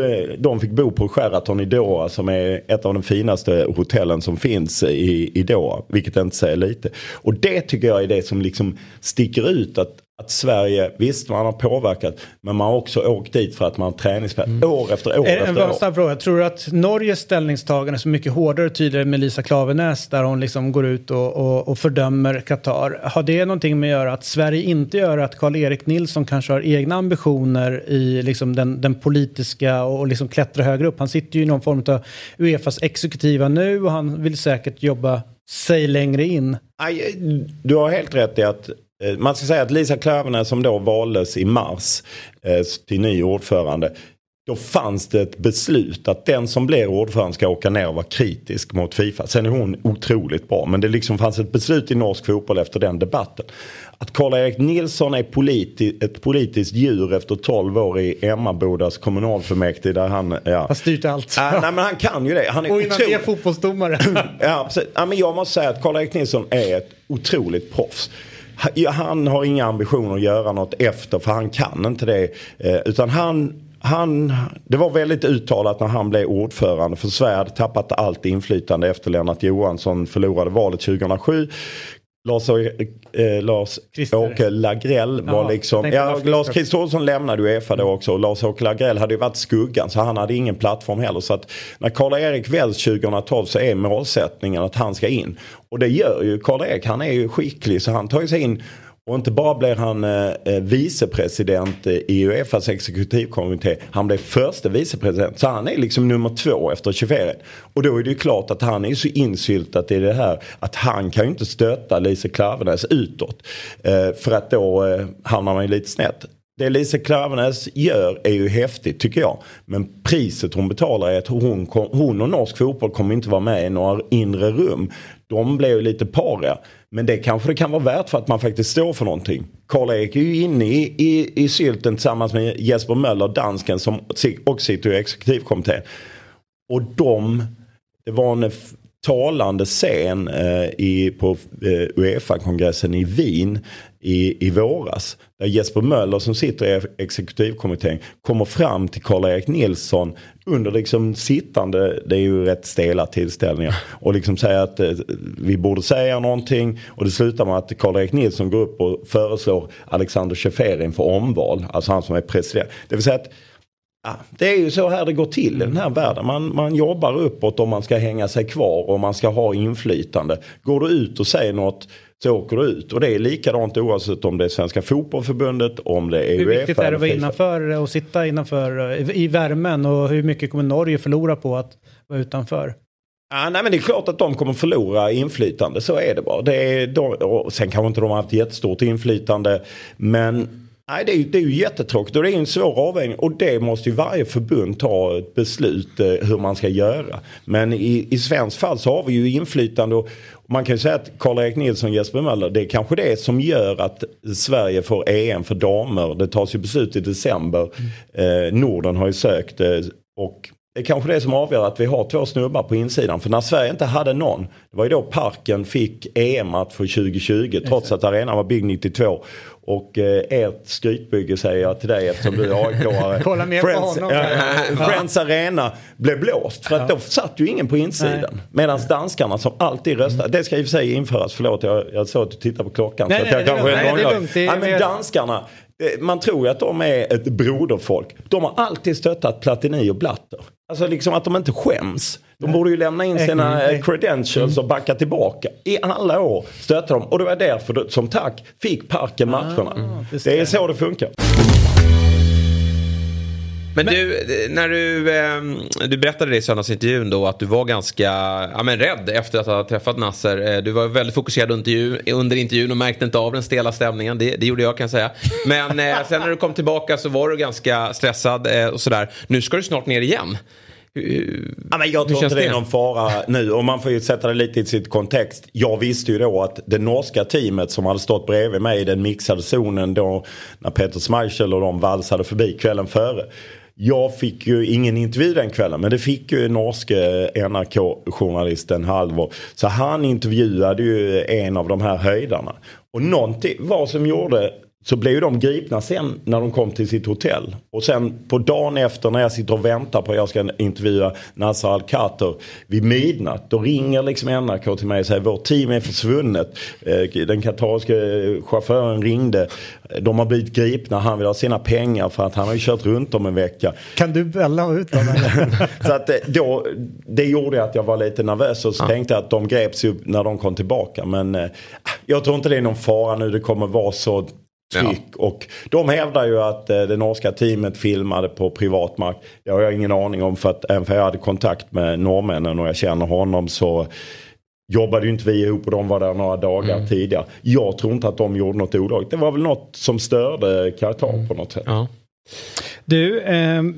de fick bo på Sheraton i Doha som är ett av de finaste hotellen som finns i, i Doha. Vilket jag inte säger lite. Och det tycker jag är det som liksom sticker ut att Att Sverige, visst man har påverkat, men man har också åkt dit för att man har träningsspel mm. år efter år är, efter en år. Snabb fråga. Tror du att Norges ställningstagande är så mycket hårdare och tydligare med Lisa Klaveness där hon liksom går ut och, och, och fördömer Qatar? Har det någonting med att göra att Sverige inte gör att Karl-Erik Nilsson kanske har egna ambitioner i liksom den, den politiska och liksom klättra högre upp? Han sitter ju i någon form av UEFAs exekutiva nu och han vill säkert jobba sig längre in. Aj, du har helt rätt i att eh, man ska säga att Lisa Klövenes som då valdes i mars eh, till ny ordförande, då fanns det ett beslut att den som blir ordförande ska åka ner och vara kritisk mot FIFA. Sen är hon otroligt bra, men det liksom fanns ett beslut i norsk fotboll efter den debatten. Att Karl-Erik Nilsson är politi- ett politiskt djur efter tolv år i Emmabodas kommunalfullmäktige där han... Ja. Har styrt allt. Äh, nej, men han kan ju det. Han är och innan otro... det är fotbollsdomare. ja, ja, men jag måste säga att Karl-Erik Nilsson är ett otroligt proffs. Han har inga ambitioner att göra något efter, för han kan inte det. Utan han... Han, det var väldigt uttalat när han blev ordförande, för Sverige hade tappat allt inflytande efter Lennart Johansson förlorade valet tjugohundrasju. Lars, eh, Lars-Åke Lagrell var Jaha, liksom... Ja, Lars Kristoffersson lämnade UEFA då också, och Lars-Åke Lagrell hade ju varit skuggan, så han hade ingen plattform heller. Så att när Karl-Erik väljs tjugohundratolv så är målsättningen att han ska in. Och det gör ju Karl-Erik, han är ju skicklig, så han tar sig in. Och inte bara blir han eh, vicepresident i UEFAs exekutivkommitté. Han blev första vicepresident. Så han är liksom nummer två efter tjugofyra. Och då är det ju klart att han är så insyltat i det här. Att han kan ju inte stöta Lisa Klövenes utåt. Eh, för att då eh, hamnar man ju lite snett. Det Lisa Klövenes gör är ju häftigt tycker jag. Men priset hon betalar är att hon, kom, hon och norsk fotboll kommer inte vara med i några inre rum. De blev ju lite paria. Men det kanske det kan vara värt för att man faktiskt står för någonting. Karl-Erik är ju inne i, i, i sylten tillsammans med Jesper Möller, dansken, som också sitter i exekutivkommittén. Och de, det var en f- talande scen eh, i, på eh, UEFA-kongressen i Wien i, i våras. Där Jesper Möller som sitter i exekutivkommittén kommer fram till Karl-Erik Nilsson under liksom sittande, det är ju rätt stela tillställningar, och liksom säger att eh, vi borde säga någonting, och det slutar med att Karl-Erik Nilsson går upp och föreslår Alexander Ceferin för omval, alltså han som är president. Det vill säga att ja, det är ju så här det går till i den här världen. Man, man jobbar uppåt om man ska hänga sig kvar och man ska ha inflytande. Går du ut och säger något så åker du ut. Och det är likadant oavsett om det är Svenska fotbollförbundet, om det är hur UEFA. Hur viktigt är det att vara innanför och sitta innanför i värmen, och hur mycket kommer Norge förlora på att vara utanför? Ah, nej, men det är klart att de kommer förlora inflytande, så är det bara. Det är de, och sen kanske inte de har haft jättestort inflytande, men nej, det är, ju, det är ju jättetråkigt och det är en svår avvägning, och det måste ju varje förbund ta ett beslut eh, hur man ska göra. Men i, i svensk fall så har vi ju inflytande, och man kan ju säga att Karl-Erik Nilsson, Jesper Möller, det är kanske det som gör att Sverige får E M för damer. Det tas ju beslut i december. Eh, Norden har ju sökt eh, och det är kanske det som avgör att vi har två snubbar på insidan. För när Sverige inte hade någon, det var ju då Parken fick E M-match för tjugo tjugo, trots att arenan var byggd nittiotvå. Och eh, ert skrytbygge säger jag till dig eftersom du är A I K-are. Kolla mer Friends, på honom. äh, Friends Arena blev blåst för att ja. då satt ju ingen på insidan. Medan danskarna som alltid röstar, det ska i och för sig införas, förlåt jag, jag såg att du tittar på klockan. Nej, så nej, att jag nej, kanske nej, det är lugnt. Det är ja, men mer... danskarna, man tror ju att de är ett broderfolk. De har alltid stöttat Platini och Blatter. Alltså liksom att de inte skäms. De borde ju lämna in sina credentials och backa tillbaka. I alla år stötte de. Och det var därför som tack fick Parken matcherna. Ah, det, det är så det funkar. Men, men du, när du, eh, du berättade det i söndagsintervjun då att du var ganska ja, men rädd efter att ha träffat Nasser. Du var väldigt fokuserad under, intervju, under intervjun och märkte inte av den stela stämningen. Det, det gjorde jag kan jag säga. Men eh, sen när du kom tillbaka så var du ganska stressad eh, och sådär. Nu ska du snart ner igen. Hur, ja, men jag tror inte det är det? någon fara nu, och man får ju sätta det lite i sitt kontext. Jag visste ju då att det norska teamet som hade stått bredvid mig i den mixade zonen då när Peter Schmeichel och de valsade förbi kvällen före. Jag fick ju ingen intervju den kvällen, men det fick ju norske N R K-journalisten Halvor. Så han intervjuade ju en av de här höjdarna. Och någonting, vad som gjorde, så blev ju de gripna sen när de kom till sitt hotell. Och sen på dagen efter när jag sitter och väntar på att jag ska intervjua Nasser Al-Khater vid midnatt, då ringer liksom N R K till mig och säger vårt team är försvunnet. Den katariska chauffören ringde. De har blivit gripna, han vill ha sina pengar för att han har ju kört runt om en vecka. Kan du bälla ut dem? Så att då, det gjorde att jag var lite nervös och så ja. tänkte att de greps upp när de kom tillbaka. Men äh, jag tror inte det är någon fara nu, det kommer vara så tryck. Ja. Och de hävdar ju att eh, det norska teamet filmade på privatmark. Det har jag ingen aning om, för att även för jag hade kontakt med norrmännen och jag känner honom, så jobbade ju inte vi ihop och de var där några dagar mm. tidigare. Jag tror inte att de gjorde något olagligt. Det var väl något som störde Qatar mm. på något sätt. Ja. Du, eh, eh,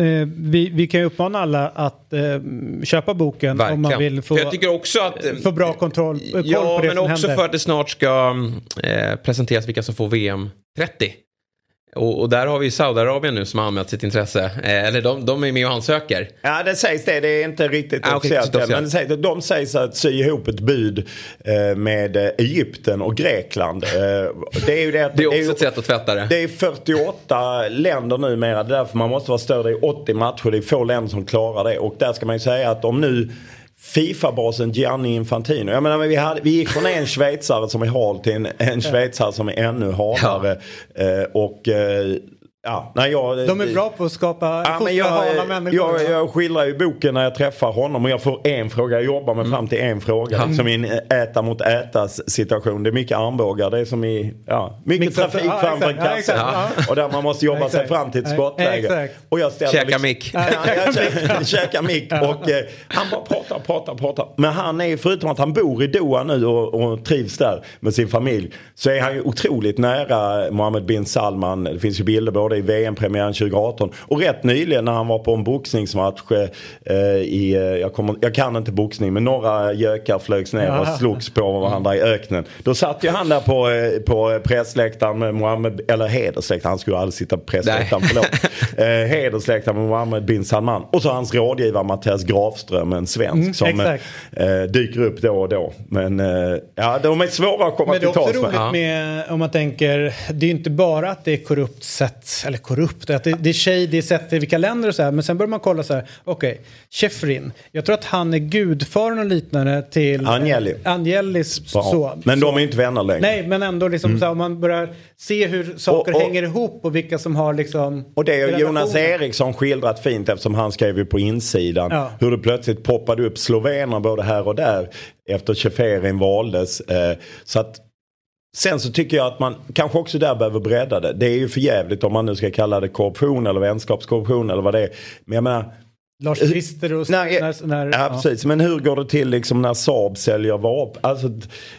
vi, vi kan ju uppmana alla att eh, köpa boken. Verkligen. Om man vill få, jag tycker också att, få bra kontroll koll ja, på det men som också händer. för att det snart ska eh, presenteras vilka som får V M trettio. Och, och där har vi Saudiarabien nu som har anmält sitt intresse. Eh, eller de, de är med och ansöker. Ja, det sägs det. Det är inte riktigt ah, officiellt. Okay, men det sägs, de sägs att sy ihop ett bud eh, med Egypten och Grekland. Eh, det är ju det, det är också det är ju, ett sätt att tvätta det. Det är fyrtioåtta länder numera. Det är därför man måste vara större i åttio matcher. Det är få länder som klarar det. Och där ska man ju säga att om nu FIFA-basen Gianni Infantino. Jag menar, vi, hade, vi gick från en schweizare som är hal till en, en schweizare som är ännu halare. Ja. Eh, och... Eh, Ja, nej, jag, de är bra på att skapa ja, men jag, jag, jag, jag skildrar ju boken när jag träffar honom och jag får en fråga. Jag jobbar mig mm. fram till en fråga. Mm. Som i en äta mot ätas situation. Det är mycket armbågar. Det är som i ja, mycket Mitt trafik ja, framför en kassa. Ja. Och där man måste jobba sig fram till ett skottläge. Och jag ställer käka liksom, mick. Ja, jag käkar, käkar mick. Och eh, han bara pratar, pratar, pratar. Men han är förutom att han bor i Doha nu och, och trivs där med sin familj. Så är han ju otroligt nära Mohammed bin Salman. Det finns ju bilder både i V M-premiären tjugo arton och rätt nyligen när han var på en boxningsmatch eh, i, jag, kommer, jag kan inte boxning men några gökar flögs ner och slogs på varandra i öknen. Då satt ju han där på, eh, på pressläktaren med Mohammed, eller hedersläktaren, han skulle aldrig sitta på pressläktaren, förlåt. Eh, hedersläktaren med Mohammed bin Salman och så hans rådgivare Mattias Grafström, en svensk mm, som eh, dyker upp då och då. Men eh, ja, de är svåra att komma till tals med. Men det är också roligt med, om man tänker, det är inte bara att det är korrupt sätt, eller korrupt, att det, det är tjej, det är sätt i vilka länder och så här, men sen börjar man kolla så här, okej, okay, Schäffrin, jag tror att han är gudfaren och liknande till Agnelli. Eh, Agnellis ja. så. Men de så. är inte vänner längre. Nej, men ändå liksom mm. så här, om man börjar se hur saker och, och, hänger ihop och vilka som har liksom. Och det är Jonas Eriksson skildrat fint eftersom han skrev ju på insidan ja. hur det plötsligt poppade upp slovener både här och där efter Schäferin valdes. Eh, så att sen så tycker jag att man kanske också där behöver bredda det. Det är ju för jävligt om man nu ska kalla det korruption eller vänskapskorruption eller vad det är. Men jag menar... Lars Christer och... När, när, när, ja, ja, precis. Men hur går det till liksom när Saab säljer vapen? Alltså,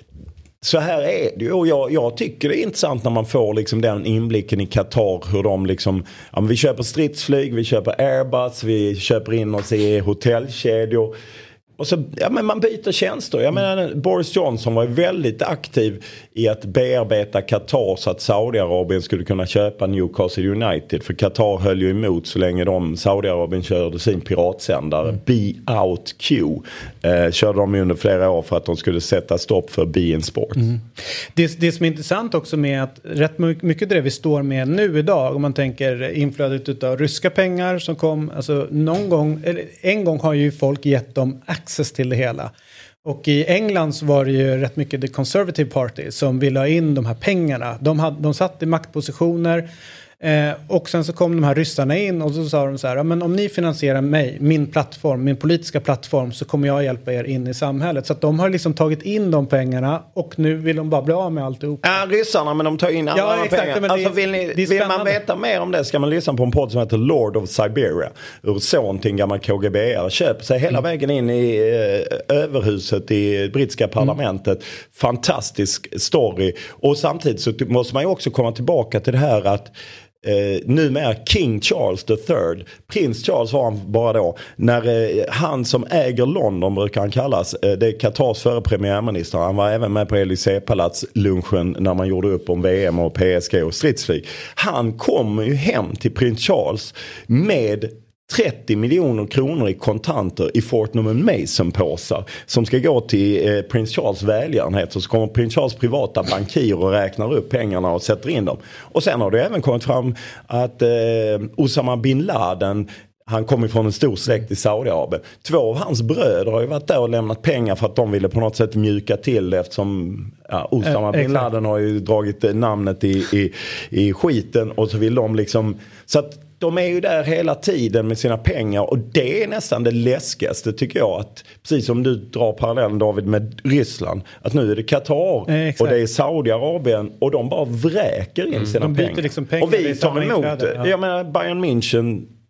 så här är det ju. Och jag, jag tycker det är intressant när man får liksom den inblicken i Qatar. Hur de liksom... Ja, men vi köper stridsflyg, vi köper Airbus, vi köper in oss i hotellkedjor. Och så, ja, men man byter tjänster. Jag menar, Boris Johnson var väldigt aktiv i att bearbeta Qatar så att Saudiarabien skulle kunna köpa Newcastle United. För Qatar höll ju emot så länge de Saudiarabien körde sin piratsändare. Mm. Be Out Q. Eh, körde de under flera år för att de skulle sätta stopp för Be In Sports. Mm. Det, det som är intressant också med att rätt mycket det vi står med nu idag, om man tänker inflödet av ryska pengar som kom, alltså någon gång, eller en gång har ju folk gett dem access till det hela. Och i England så var det ju rätt mycket The Conservative Party som ville ha in de här pengarna. De, hade, de satt i maktpositioner eh, och sen så kom de här ryssarna in och så sa de så här, ja, men om ni finansierar mig, min plattform, min politiska plattform, så kommer jag hjälpa er in i samhället. Så att de har liksom tagit in de pengarna och nu vill de bara bli av med alltihop. Ja, ryssarna, men de tar in andra ja, exakt, pengar. Alltså, vill, ni, vill man veta mer om det ska man lyssna på en podd som heter Lord of Siberia. Ur son till en gammal K G B-are. Köper sig hela mm. vägen in i eh, överhuset i brittiska parlamentet. Mm. Fantastisk story. Och samtidigt så måste man ju också komma tillbaka till det här att Eh, numera King Charles the third. Prins Charles var han bara då. När eh, han som äger London brukar han kallas. Eh, det är Qatars före premiärminister. Han var även med på Élysée-palats lunchen när man gjorde upp om V M och P S G och stridsflyg. Han kommer ju hem till prins Charles med trettio miljoner kronor i kontanter i Fortnum and Mason-påsar som ska gå till eh, prins Charles välgörenhet. Så kommer prins Charles privata bankirer och räknar upp pengarna och sätter in dem. Och sen har det även kommit fram att eh, Osama bin Laden, han kommer från en stor släkt i Saudiarabien. Två av hans bröder har ju varit där och lämnat pengar för att de ville på något sätt mjuka till eftersom ja, Osama bin Laden har ju dragit namnet i, i, i skiten och så vill de liksom... Så att de är ju där hela tiden med sina pengar och det är nästan det läskigaste tycker jag, att precis som du drar parallellen David med Ryssland, att nu är det Qatar eh, och det är Saudiarabien och de bara vräker in mm. sina pengar. Liksom pengar. Och vi tar emot det. Ja. Jag menar Bayern München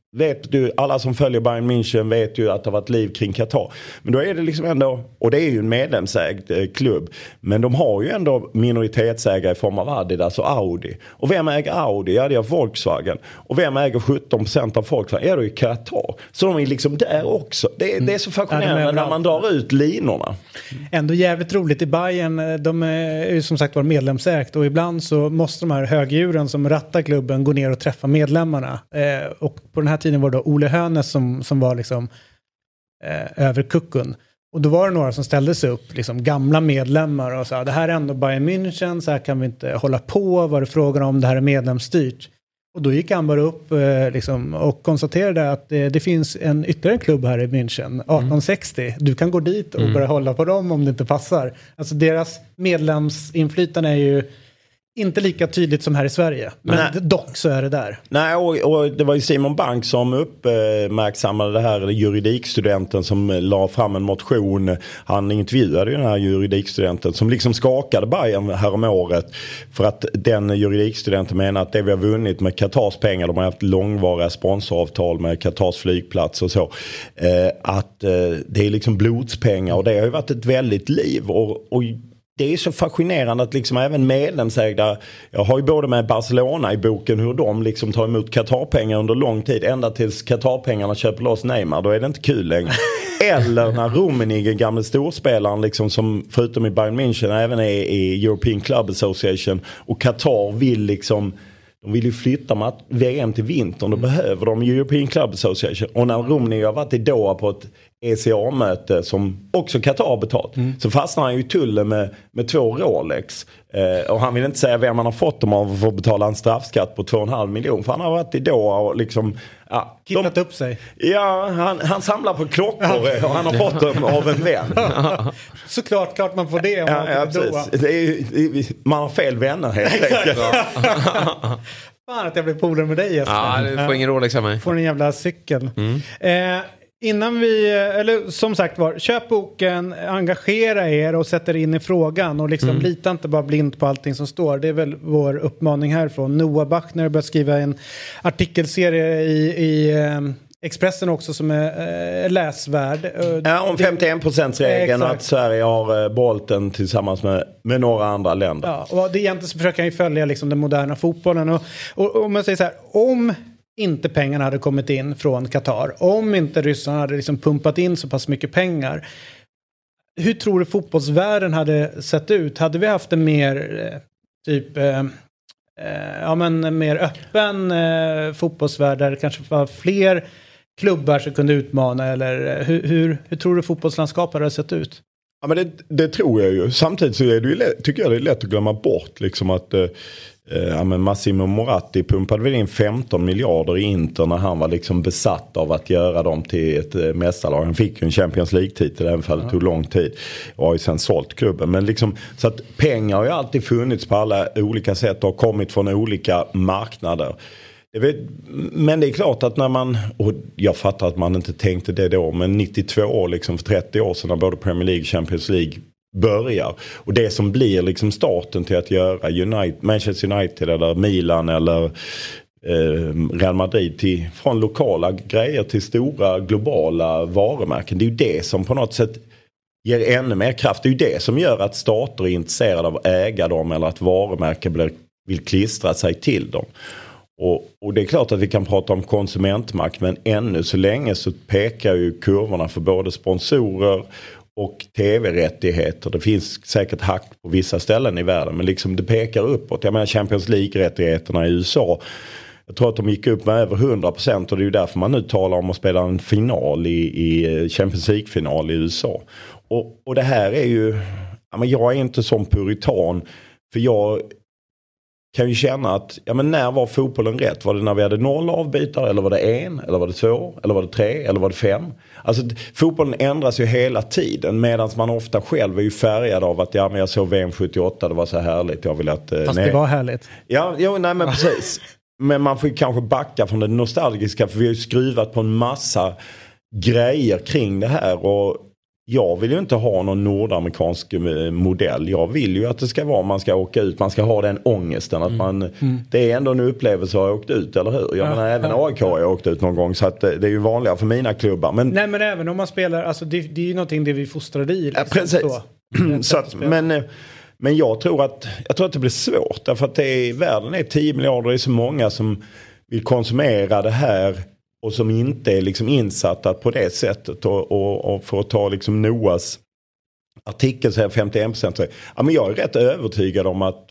vet du, alla som följer Bayern München vet ju att det har varit liv kring Qatar. Men då är det liksom ändå, och det är ju en medlemsägd eh, klubb, men de har ju ändå minoritetsägare i form av Adidas och Audi. Och vem äger Audi? Ja, det är Volkswagen. Och vem äger sjutton procent av Volkswagen? Ja, det är ju Qatar. Så de är liksom där också. Det, mm. det är så fascinerande ja, när man drar ut linorna. Ändå jävligt roligt i Bayern. De är ju som sagt var medlemsägt och ibland så måste de här högdjuren som rattar klubben gå ner och träffa medlemmarna. Eh, och på den här tiden var det då Ole Hönes som, som var liksom eh, över kuckun. Och då var det några som ställde sig upp, liksom gamla medlemmar och sa det här är ändå Bayern München, så här kan vi inte hålla på, var det frågan om det här är medlemsstyrt. Och då gick han bara upp eh, liksom, och konstaterade att eh, det finns en ytterligare klubb här i München, arton sextio. Mm. Du kan gå dit och mm. börja hålla på dem om det inte passar. Alltså deras medlemsinflytande är ju inte lika tydligt som här i Sverige. Men Nej. dock så är det där. Nej, och, och det var ju Simon Bank som uppmärksammade det här juridikstudenten som la fram en motion. Han intervjuade ju den här juridikstudenten som liksom skakade Bayern här om året. För att den juridikstudenten menar att det vi har vunnit med Qatars pengar, de har haft långvariga sponsoravtal med Qatars flygplats och så. Att det är liksom blodspengar och det har ju varit ett väldigt liv och, och det är så fascinerande att liksom även medlemsägda, jag har ju både med Barcelona i boken hur de liksom tar emot Qatar-pengar under lång tid, ända tills Qatar-pengarna köper loss Neymar, då är det inte kul längre. Eller när Rummenigge, gamla storspelaren liksom, som förutom i Bayern München även är i European Club Association, och Qatar vill liksom, de vill ju flytta V M till vintern, då mm. behöver de European Club Association. Och när Rummenigge har varit i Doha på ett E C A-möte som också Qatar har betalt, mm. så fastnar han ju i tullen med, med två Rolex. Eh, och han vill inte säga vem han har fått dem av för att betala en straffskatt på två och en halv miljon. För han har varit i Doha och liksom... Ja, kittat de, upp sig. Ja, han, han samlar på klockor och han har fått dem av en vän. Såklart, klart man får det om man ja, ja, precis. Det är, det, man har fel vänner helt enkelt. Fan att jag blev polare med dig. Ja, du får ingen Rolex av mig. Får en jävla cykel. Mm. Eh, Innan vi, eller som sagt var, köp boken, engagera er och sätter in i frågan och liksom mm. lita inte bara blint på allting som står. Det är väl vår uppmaning härifrån. Noah Bachner har börjat skriva en artikelserie i, i eh, Expressen också som är eh, läsvärd. Ja, om femtioen procent-regeln att Sverige har eh, bolten tillsammans med, med några andra länder. Ja, och det egentligen så försöker han ju följa liksom den moderna fotbollen. Och, och, och om man säger så här, om inte pengarna hade kommit in från Qatar, om inte ryssarna hade liksom pumpat in så pass mycket pengar, hur tror du fotbollsvärlden hade sett ut? Hade vi haft en mer eh, typ eh, eh, ja men mer öppen eh, fotbollsvärld där det kanske var fler klubbar som kunde utmana, eller eh, hur, hur, hur tror du fotbollslandskapet hade sett ut? Ja, men det, det tror jag ju. Samtidigt så är det ju lätt, tycker jag det är lätt att glömma bort liksom att eh, ja, men Massimo Moratti pumpade väl in femton miljarder i Inter när han var liksom besatt av att göra dem till ett eh, mästarlag. Han fick ju en Champions League-titel även för det tog lång tid. Och har ju sen sålt klubben. Men liksom, så att pengar har ju alltid funnits på alla olika sätt och kommit från olika marknader. Vet, men det är klart att när man, och jag fattar att man inte tänkte det då, men nittiotvå år liksom för trettio år sedan när både Premier League och Champions League börjar, och det som blir liksom starten till att göra United, Manchester United eller Milan eller eh, Real Madrid till, från lokala grejer till stora globala varumärken, det är ju det som på något sätt ger ännu mer kraft. Det är ju det som gör att stater är intresserade av att äga dem eller att varumärken blir, vill klistra sig till dem. Och, och det är klart att vi kan prata om konsumentmakt, men ännu så länge så pekar ju kurvorna för både sponsorer och tv-rättigheter. Det finns säkert hack på vissa ställen i världen, men liksom det pekar uppåt. Jag menar Champions League-rättigheterna i U S A. Jag tror att de gick upp med över hundra procent och det är ju därför man nu talar om att spela en final i, i Champions League-final i U S A. Och, och det här är ju, ja, men jag är inte som puritan, för jag kan ju känna att, ja men när var fotbollen rätt? Var det när vi hade noll avbytare, eller var det en, eller var det två, eller var det tre, eller var det fem? Alltså fotbollen ändras ju hela tiden, medan man ofta själv är ju färgad av att ja men jag såg V M sjuttioåtta, det var så härligt, jag vill att... Fast nej. det var härligt. Ja, jo, nej men precis. Men man får ju kanske backa från det nostalgiska, för vi har ju skruvat på en massa grejer kring det här, och jag vill ju inte ha någon nordamerikansk modell. Jag vill ju att det ska vara, man ska åka ut, man ska ha den ångesten. Att mm. man, mm. det är ändå en upplevelse att ha åkt ut, eller hur? Jag ja, menar, även ja. A I K har jag åkt ut någon gång, så att det är ju vanligare för mina klubbar. Men, nej, men även om man spelar, alltså det, det är ju någonting det vi fostrade i. Liksom, ja, precis. Så. så att, men, men jag tror att jag tror att det blir svårt, därför att det är, världen är tio miljarder, det är så många som vill konsumera det här och som inte är liksom insatta på det sättet. Och, och, och för att ta liksom Noahs artikel så här femtioen procent. Ja, men jag är rätt övertygad om att,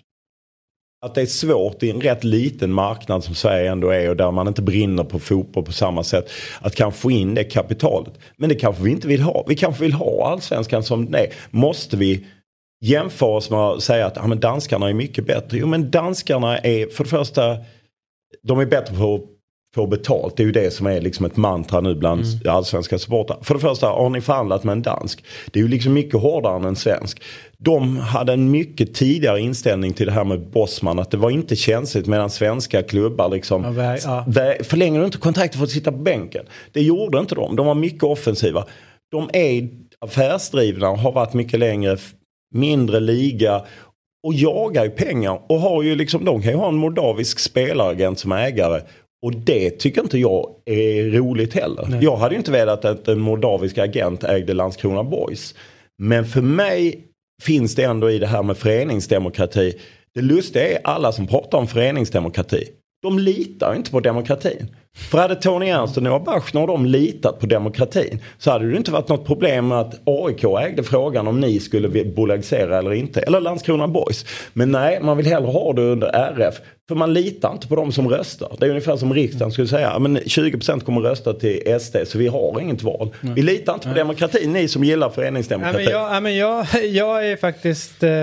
att det är svårt i en rätt liten marknad som Sverige ändå är, och där man inte brinner på fotboll på samma sätt, att kan få in det kapitalet. Men det kanske vi inte vill ha. Vi kanske vill ha allsvenskan som nej. Måste vi jämföra oss med att säga att ja, men danskarna är mycket bättre? Jo, men danskarna är för det första, de är bättre på att få betalt. Det är ju det som är liksom ett mantra nu bland mm. allsvenska supportrar. För det första, har ni förhandlat med en dansk? Det är ju liksom mycket hårdare än en svensk. De hade en mycket tidigare inställning till det här med Bosman, att det var inte känsligt medan svenska klubbar liksom ja, ja. förlänger du inte kontraktet för att sitta på bänken. Det gjorde inte de. De var mycket offensiva. De är affärsdrivna och har varit mycket längre, mindre liga och jagar ju pengar och har ju liksom, de kan ju ha en moldavisk spelaragent som ägare. Och det tycker inte jag är roligt heller. Nej. Jag hade ju inte velat att en moldavisk agent ägde Landskrona Boys. Men för mig finns det ändå i det här med föreningsdemokrati. Det lustiga är alla som pratar om föreningsdemokrati. De litar inte på demokratin. För hade Tony Ernst och Noah Bachner de litat på demokratin, så hade det inte varit något problem med att A I K ägde frågan om ni skulle bolagisera eller inte. Eller Landskrona Boys. Men nej, man vill hellre ha det under R F. För man litar inte på dem som röstar. Det är ungefär som riksdagen skulle säga. Men tjugo procent kommer rösta till S D, så vi har inget val. Mm. Vi litar inte på mm. demokratin, ni som gillar föreningsdemokrati. Ja, men jag, ja, men jag, jag är faktiskt eh,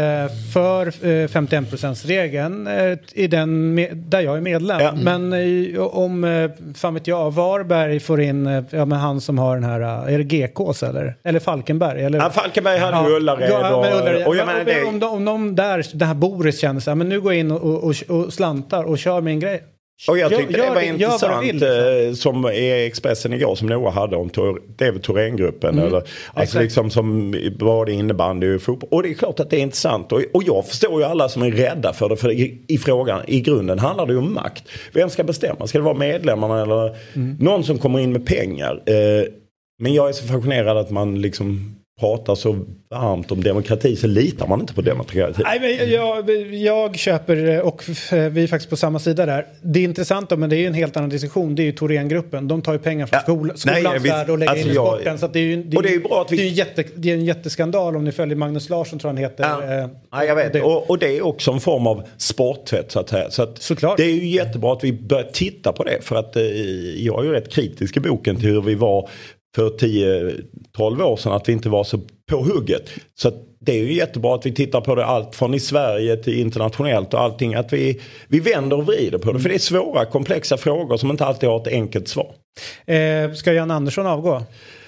för eh, femtioen procent-regeln eh, i den med, där jag är medlem. Ja. Men eh, om, eh, fan vet jag, Varberg får in eh, ja, men han som har den här, är det G K:s eller? Eller Falkenberg? Eller? Ja, Falkenberg hade ja. ju Ullared. Ja, och, Ullared. Och jag menar, det... om, de, om de där, det här Boris känner sig, men nu går jag in och, och, och slantar och kör min grej. Och jag tyckte gör, det var det, intressant vill, liksom. Som i Expressen igår som Noah hade om David Thorengruppen mm. eller alltså liksom som var det innebandy och fotboll. Och det är klart att det är intressant och, och jag förstår ju alla som är rädda för det, för i, i frågan i grunden handlar det ju om makt. Vem ska bestämma? Ska det vara medlemmarna eller mm. någon som kommer in med pengar? Eh, men jag är så fascinerad att man liksom pratar så varmt om demokrati, så litar man inte på demokrati. Nej, men jag, jag köper, och vi är faktiskt på samma sida där. Det är intressant, men det är ju en helt annan diskussion. Det är ju Thorengruppen. De tar ju pengar från skol, ja, skolans värld och lägger alltså in i sporten. Jag, så att det är ju, det, och det är ju bra att vi... det är en, jätte, det är en jätteskandal om ni följer Magnus Larsson, tror han heter. Ja, eh, ja jag vet. Det. Och, och det är också en form av sporttvätt, så att säga. Så att såklart. Det är ju jättebra att vi börjar titta på det. För att eh, jag är ju rätt kritisk i boken till hur vi var för tio tolv år sedan, att vi inte var så på hugget. Så att det är ju jättebra att vi tittar på det allt från i Sverige till internationellt och allting. Att vi, vi vänder och vrider på det. För det är svåra, komplexa frågor som inte alltid har ett enkelt svar. Eh, ska Jan Andersson avgå?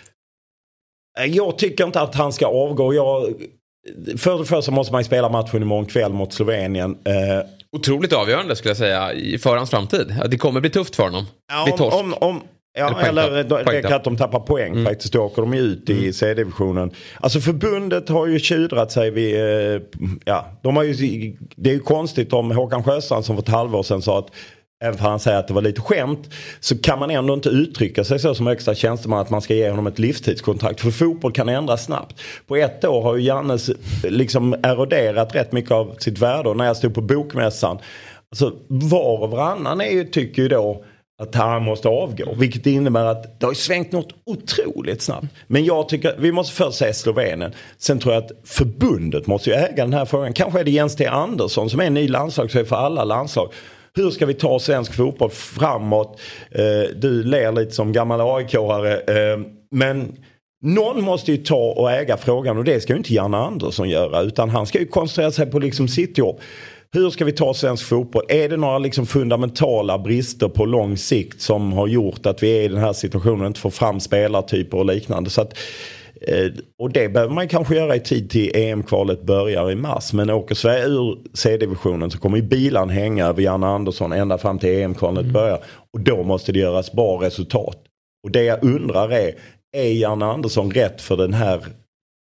Jag tycker inte att han ska avgå. Jag, för det första måste man spela matchen imorgon kväll mot Slovenien. Eh, Otroligt avgörande skulle jag säga för hans framtid. Det kommer bli tufft för honom. Ja, om, om, om Ja, eller, eller det att de tappar poäng mm. faktiskt. Då åker de ut i mm. C-divisionen. Alltså förbundet har ju tjudrat sig vid, ja, de har ju, det är ju konstigt om Håkan Sjöstrand som för ett halvår sedan sa att, även för han säger att det var lite skämt, så kan man ändå inte uttrycka sig så som högsta tjänsteman att man ska ge honom ett livstidskontrakt. För fotboll kan ändras snabbt. På ett år har ju Jannes liksom eroderat rätt mycket av sitt värde. Och när jag stod på bokmässan, alltså var och varannan är ju, tycker ju då att han måste avgå. Vilket innebär att det har svängt något otroligt snabbt. Men jag tycker, vi måste först säga Slovenien. Sen tror jag att förbundet måste ju äga den här frågan. Kanske är det Jens T. Andersson som är en ny landslagschef för alla landslag. Hur ska vi ta svensk fotboll framåt? Eh, du ler lite som gammal A I K-are. Eh, men någon måste ju ta och äga frågan. Och det ska ju inte Janne Andersson göra. Utan han ska ju koncentrera sig på liksom sitt jobb. Hur ska vi ta svensk fotboll? Är det några liksom fundamentala brister på lång sikt som har gjort att vi är i den här situationen och inte får fram spelartyper och liknande? Så att, och det behöver man kanske göra i tid till E M-kvalet börjar i mars. Men åker Sverige ur C-divisionen så kommer ju bilan hänga över Janne Andersson ända fram till E M-kvalet mm. börjar. Och då måste det göras bra resultat. Och det jag undrar är, är Janne Andersson rätt för den här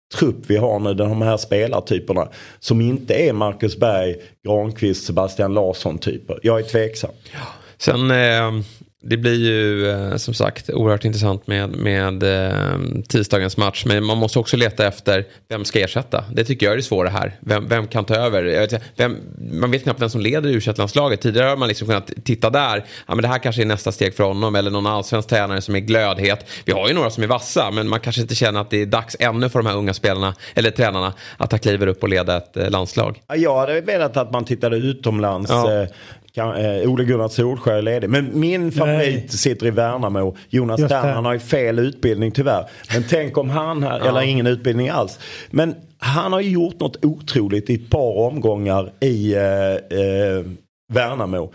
trupp vi har nu, de här spelartyperna som inte är Marcus Berg, Granqvist, Sebastian Larsson typer. Jag är tveksam. Sen eh, det blir ju eh, som sagt oerhört intressant med, med eh, tisdagens match, men man måste också leta efter vem ska ersätta. Det tycker jag är det svåra här. Vem, vem kan ta över? Jag vet, vem, man vet knappt vem som leder U tjugoett-landslaget. Tidigare har man liksom kunnat titta där. Ja, men det här kanske är nästa steg för honom, eller någon allsvensk tränare som är glödhet. Vi har ju några som är vassa, men man kanske inte känner att det är dags ännu för de här unga spelarna eller tränarna att ta kliver upp och leda ett eh, landslag. Ja, det är velat att man tittade utomlands. Ja. Eh, Kan, eh, Ole Gunnar Solskjær är ledig. Men min favorit Nej. sitter i Värnamo. Jonas Tern, han har ju fel utbildning tyvärr. Men tänk om han här, ja. eller ingen utbildning alls. Men han har gjort något otroligt i ett par omgångar i eh, eh, Värnamo.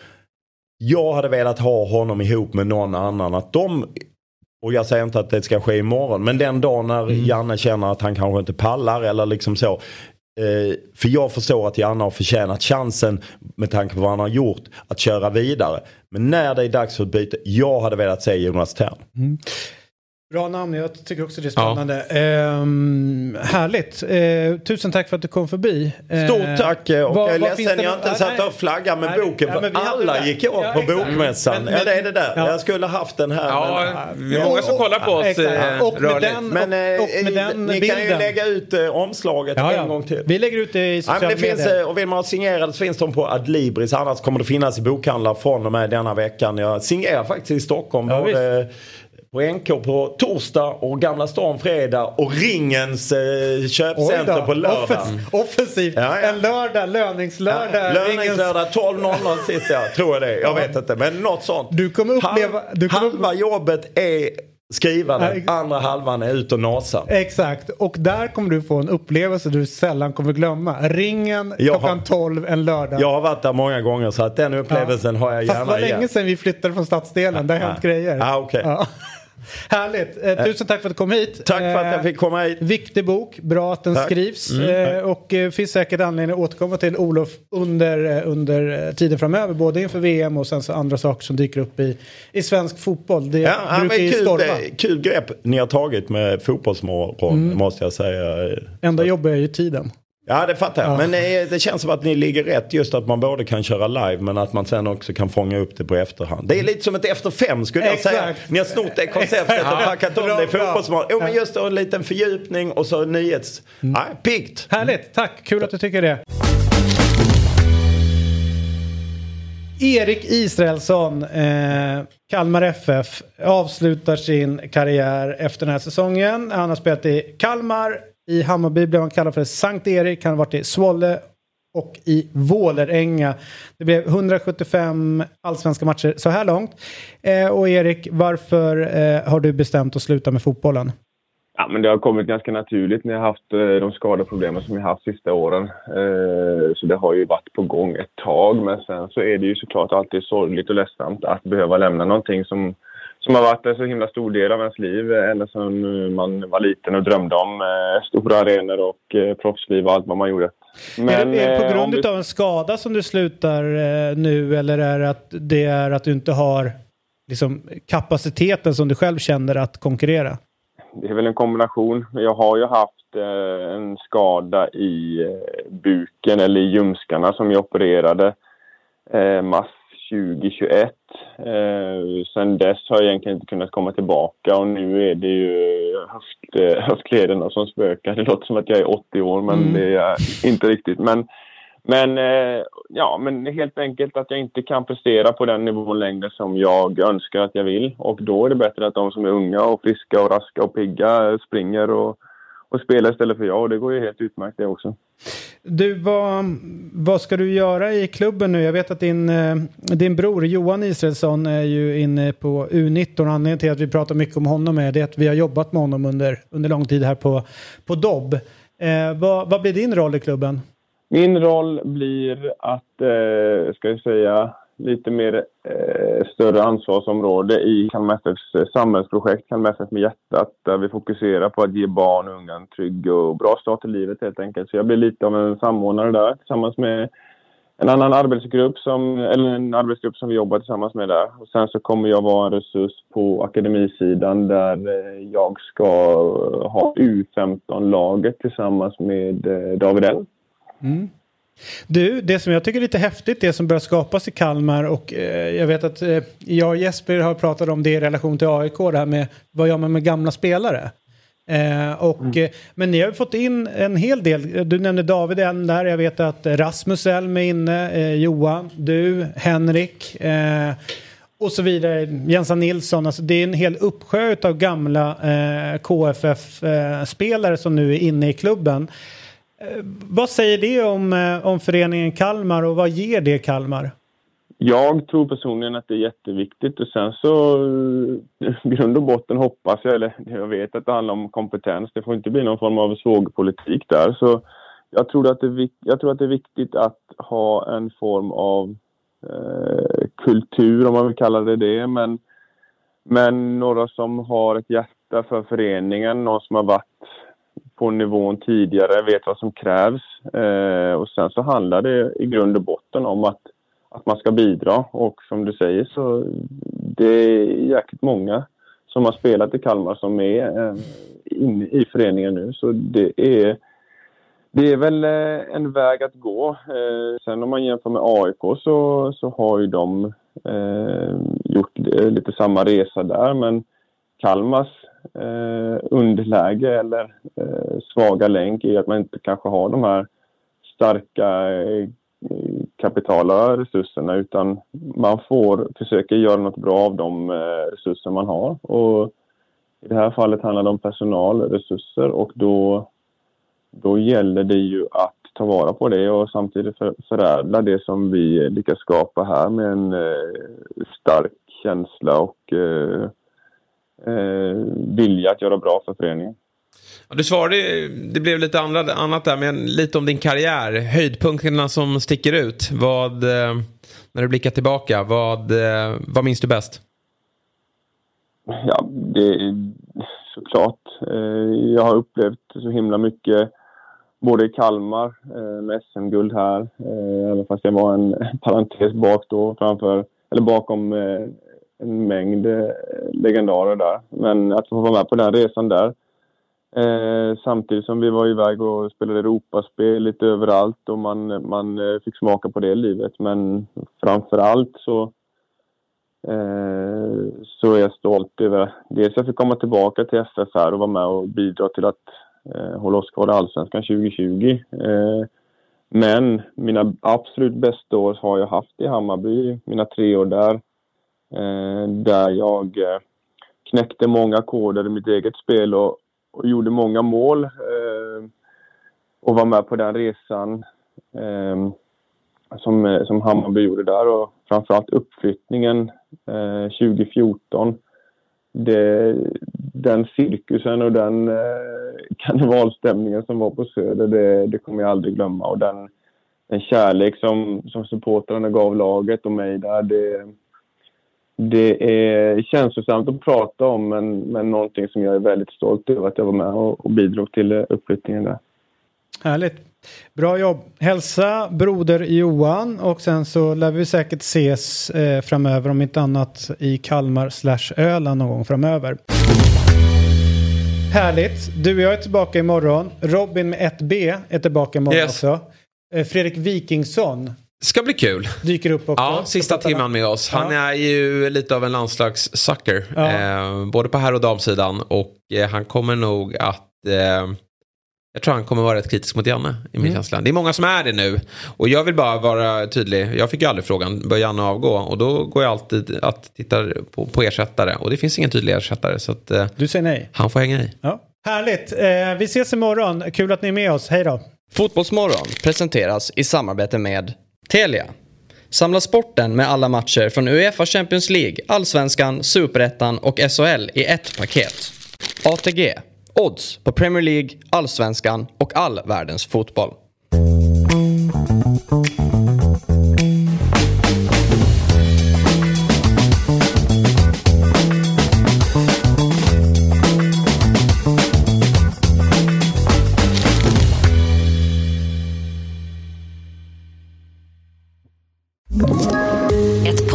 Jag hade velat ha honom ihop med någon annan. Att de, och jag säger inte att det ska ske imorgon, men den dag när mm. Janne känner att han kanske inte pallar eller liksom så. Eh, för jag förstår att Janne har förtjänat chansen med tanke på vad han har gjort att köra vidare. Men när det är dags för ett byte, jag hade velat säga Jonas Tern. Mm. Bra namn, jag tycker också det är spännande. Ja. Ehm, härligt. Ehm, tusen tack för att du kom förbi. Ehm, Stort tack. Och vad, jag är ledsen jag inte satt och flagga med nej, boken. Nej, för alla gick åt ja, på bokmässan. Men, men, ja, det är det där. Ja. Jag skulle haft den här. Ja, men, det är många som kollar på oss. Ja, och med den, men, och, och med den ni bilden. Kan ju lägga ut eh, omslaget ja, ja. en gång till. Vi lägger ut det i sociala ja, det medier. Finns, och vill man ha signerade så finns de på Adlibris. Annars kommer det finnas i bokhandlar från och med denna veckan. Jag signerar faktiskt i Stockholm. Ja, både på N K på torsdag och Gamla stan fredag och Ringens eh, köpcenter på lördag. Offens- offensivt. Ja, ja. En lördag, löningslördag. Ja, löningslördag tolv noll noll sitter jag, tror jag det. Jag vet inte, men något sånt. Du kommer uppleva... Halv, du kommer halva upp... jobbet är skrivande, ja, andra halvan är ut och nasa. Exakt, och där kommer du få en upplevelse du sällan kommer glömma. Ringen jag klockan har, tolv en lördag. Jag har varit där många gånger så att den upplevelsen ja. har jag gärna igen. Fast det var länge sedan vi flyttade från stadsdelen, det har hänt ja. grejer. Ja, okej. Okay. Ja. Härligt. Eh, tusen tack för att du kom hit. Tack för att jag fick komma hit. Eh, viktig bok. Bra att den tack. skrivs. Mm, eh, och eh, finns säkert anledning att återkomma till Olof under, eh, under tiden framöver. Både inför V M och sen så andra saker som dyker upp i, i svensk fotboll. Det ja, brukar ju kul, storma. Kul grepp ni har tagit med fotbollsmorgon, mm. måste jag säga. Enda jobbar är ju tiden. Ja, det fattar jag. Ja. Men det, det känns som att ni ligger rätt just att man både kan köra live men att man sen också kan fånga upp det på efterhand. Det är lite som ett efter fem skulle jag Exakt. säga. Ni har snott det konceptet och packat om det i fotbollsmål. Jo, men just en liten fördjupning och så nyhets... Mm. Ja, piggt. Härligt, tack. Kul att du tycker det. Erik Israelsson, eh, Kalmar F F, avslutar sin karriär efter den här säsongen. Han har spelat i Kalmar. I Hammarby blev han kallad för Sankt Erik. Han har varit i Svolle och i Våleränga. Det blev hundrasjuttiofem allsvenska matcher så här långt. Eh, och Erik, varför eh, har du bestämt att sluta med fotbollen? Ja, men det har kommit ganska naturligt när jag har haft eh, de skadeproblemen som jag har haft sista åren. Eh, så det har ju varit på gång ett tag. Men sen så är det ju såklart alltid sorgligt och ledsamt att behöva lämna någonting som... Som har varit en så himla stor del av ens liv. Ända sedan man var liten och drömde om eh, stora arenor och eh, proffsliv och allt vad man gjorde. Men, är det, är det på grund du... av en skada som du slutar eh, nu? Eller är det att det är att du inte har liksom, kapaciteten som du själv känner att konkurrera? Det är väl en kombination. Jag har ju haft eh, en skada i eh, buken eller i ljumskarna som jag opererade eh, mass tjugohundratjugoett. Eh, sen dess har jag egentligen inte kunnat komma tillbaka och nu är det ju höft, höftlederna som spökar. Det låter som att jag är åttio år men mm. det är jag inte riktigt. Men, men, eh, ja, men helt enkelt att jag inte kan prestera på den nivån längre som jag önskar att jag vill. Och då är det bättre att de som är unga och friska och raska och pigga springer och, och spelar istället för jag. Och det går ju helt utmärkt det också. Du, vad, vad ska du göra i klubben nu? Jag vet att din, din bror Johan Israelsson är ju inne på U nitton. Anledningen till att vi pratar mycket om honom är det att vi har jobbat med honom under, under lång tid här på, på Dobb. Eh, vad, vad blir din roll i klubben? Min roll blir att, eh, ska jag säga, lite mer eh, större ansvarsområde i Kalmar F F:s samhällsprojekt Kalmar F F med hjärtat, där vi fokuserar på att ge barn och unga en trygg och bra start i livet helt enkelt. Så jag blir lite av en samordnare där tillsammans med en annan arbetsgrupp som, eller en arbetsgrupp som vi jobbar tillsammans med där. Och sen så kommer jag vara en resurs på akademisidan där jag ska ha U femton-laget tillsammans med David Elm. Mm. Du, det som jag tycker är lite häftigt, det som börjar skapas i Kalmar, och eh, jag vet att eh, jag och Jesper har pratat om det i relation till A I K, det här med vad gör man med gamla spelare. Eh, och, mm. eh, men ni har fått in en hel del. Du nämnde David Elm där, jag vet att Rasmus Elm är inne, eh, Johan, du, Henrik eh, och så vidare, Jensa Nilsson. Alltså det är en hel uppsjö av gamla eh, K F F-spelare eh, som nu är inne i klubben. Vad säger det om, om föreningen Kalmar, och vad ger det Kalmar? Jag tror personligen att det är jätteviktigt, och sen så grund och botten hoppas jag, eller jag vet att det handlar om kompetens. Det får inte bli någon form av svågerpolitik där. Så jag tror att det är, jag tror att det är viktigt att ha en form av eh, kultur, om man vill kalla det det. Men, men några som har ett hjärta för föreningen, någon som har varit på nivån tidigare, vet vad som krävs. Eh, och sen så handlar det i grund och botten om att, att man ska bidra. Och som du säger så det är jäkligt många som har spelat i Kalmar som är eh, inne i föreningen nu. Så det är, det är väl eh, en väg att gå. Eh, sen om man jämför med A I K så, så har ju de eh, gjort lite samma resa där. Men Kalmars Eh, underläge eller eh, svaga länk i att man inte kanske har de här starka eh, kapitala resurserna, utan man får försöka göra något bra av de eh, resurser man har, och i det här fallet handlar det om personalresurser, och då, då gäller det ju att ta vara på det och samtidigt för, förädla det som vi lyckas skapa här med en eh, stark känsla och eh, Eh, vilja att göra bra för föreningen. Ja, du svarade, det blev lite andra, annat där, men lite om din karriär, höjdpunkterna som sticker ut. Vad, eh, när du blickar tillbaka, vad, eh, vad minns du bäst? Ja, det är såklart. Eh, jag har upplevt så himla mycket både i Kalmar eh, med S M-guld här, eh, även fast jag var en parentes bak då framför, eller bakom eh, en mängd legendarer där. Men att få vara med på den resan där. Eh, samtidigt som vi var iväg och spelade Europaspel lite överallt. Och man, man fick smaka på det livet. Men framförallt så, eh, så är jag stolt över. Dels jag fick komma tillbaka till F F här och vara med och bidra till att eh, hålla oss kvar i Allsvenskan tjugo tjugo. Eh, men mina absolut bästa år har jag haft i Hammarby. Mina tre år där. Eh, där jag eh, knäckte många koder i mitt eget spel och, och gjorde många mål eh, och var med på den resan eh, som, som Hammarby gjorde där, och framförallt uppflyttningen eh, tjugo fjorton. Det, den cirkusen och den eh, karnevalstämningen som var på Söder, det, det kommer jag aldrig glömma, och den, den kärlek som, som supportrarna gav laget och mig där, det Det är känslosamt att prata om, men, men någonting som jag är väldigt stolt över att jag var med och, och bidrog till uppflyttningen där. Härligt. Bra jobb. Hälsa broder Johan, och sen så lär vi säkert ses eh, framöver, om inte annat i Kalmar slash Öland någon gång framöver. Härligt. Du och jag är tillbaka imorgon. Robin med ett B är tillbaka imorgon yes. också. Eh, Fredrik Wikingsson ska bli kul. Dyker upp också. Ja, sista timman med oss. Han ja. är ju lite av en landslagssucker. Ja. Eh, både på här- och damsidan. Och eh, han kommer nog att... Eh, jag tror han kommer vara rätt kritisk mot Janne i min mm. känsla. Det är många som är det nu. Och jag vill bara vara tydlig. Jag fick ju aldrig frågan, bör Janne avgå? Och då går jag alltid att titta på, på ersättare. Och det finns ingen tydlig ersättare. Så att, eh, du säger nej. Han får hänga i. Ja. Härligt. Eh, vi ses imorgon. Kul att ni är med oss. Hej då. Fotbollsmorgon presenteras i samarbete med Telia. Samla sporten med alla matcher från UEFA Champions League, Allsvenskan, Superettan och S H L i ett paket. A T G. Odds på Premier League, Allsvenskan och all världens fotboll.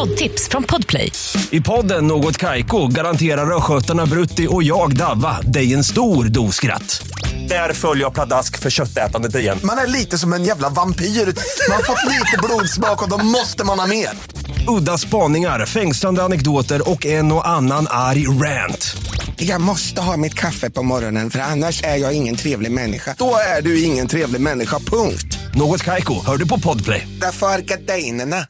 poddtips från Podplay. I podden Något Kaiko garanterar röskötarna Brutti och jag Davva dig en stor doskratt. Där följer jag pladask för köttätandet igen. Man är lite som en jävla vampyr. Man har fått lite blodsmak och då måste man ha mer. Udda spaningar, fängslande anekdoter och en och annan arg rant. Jag måste ha mitt kaffe på morgonen för annars är jag ingen trevlig människa. Då är du ingen trevlig människa, punkt. Något Kaiko, hör du på Podplay. Därför är gardinerna.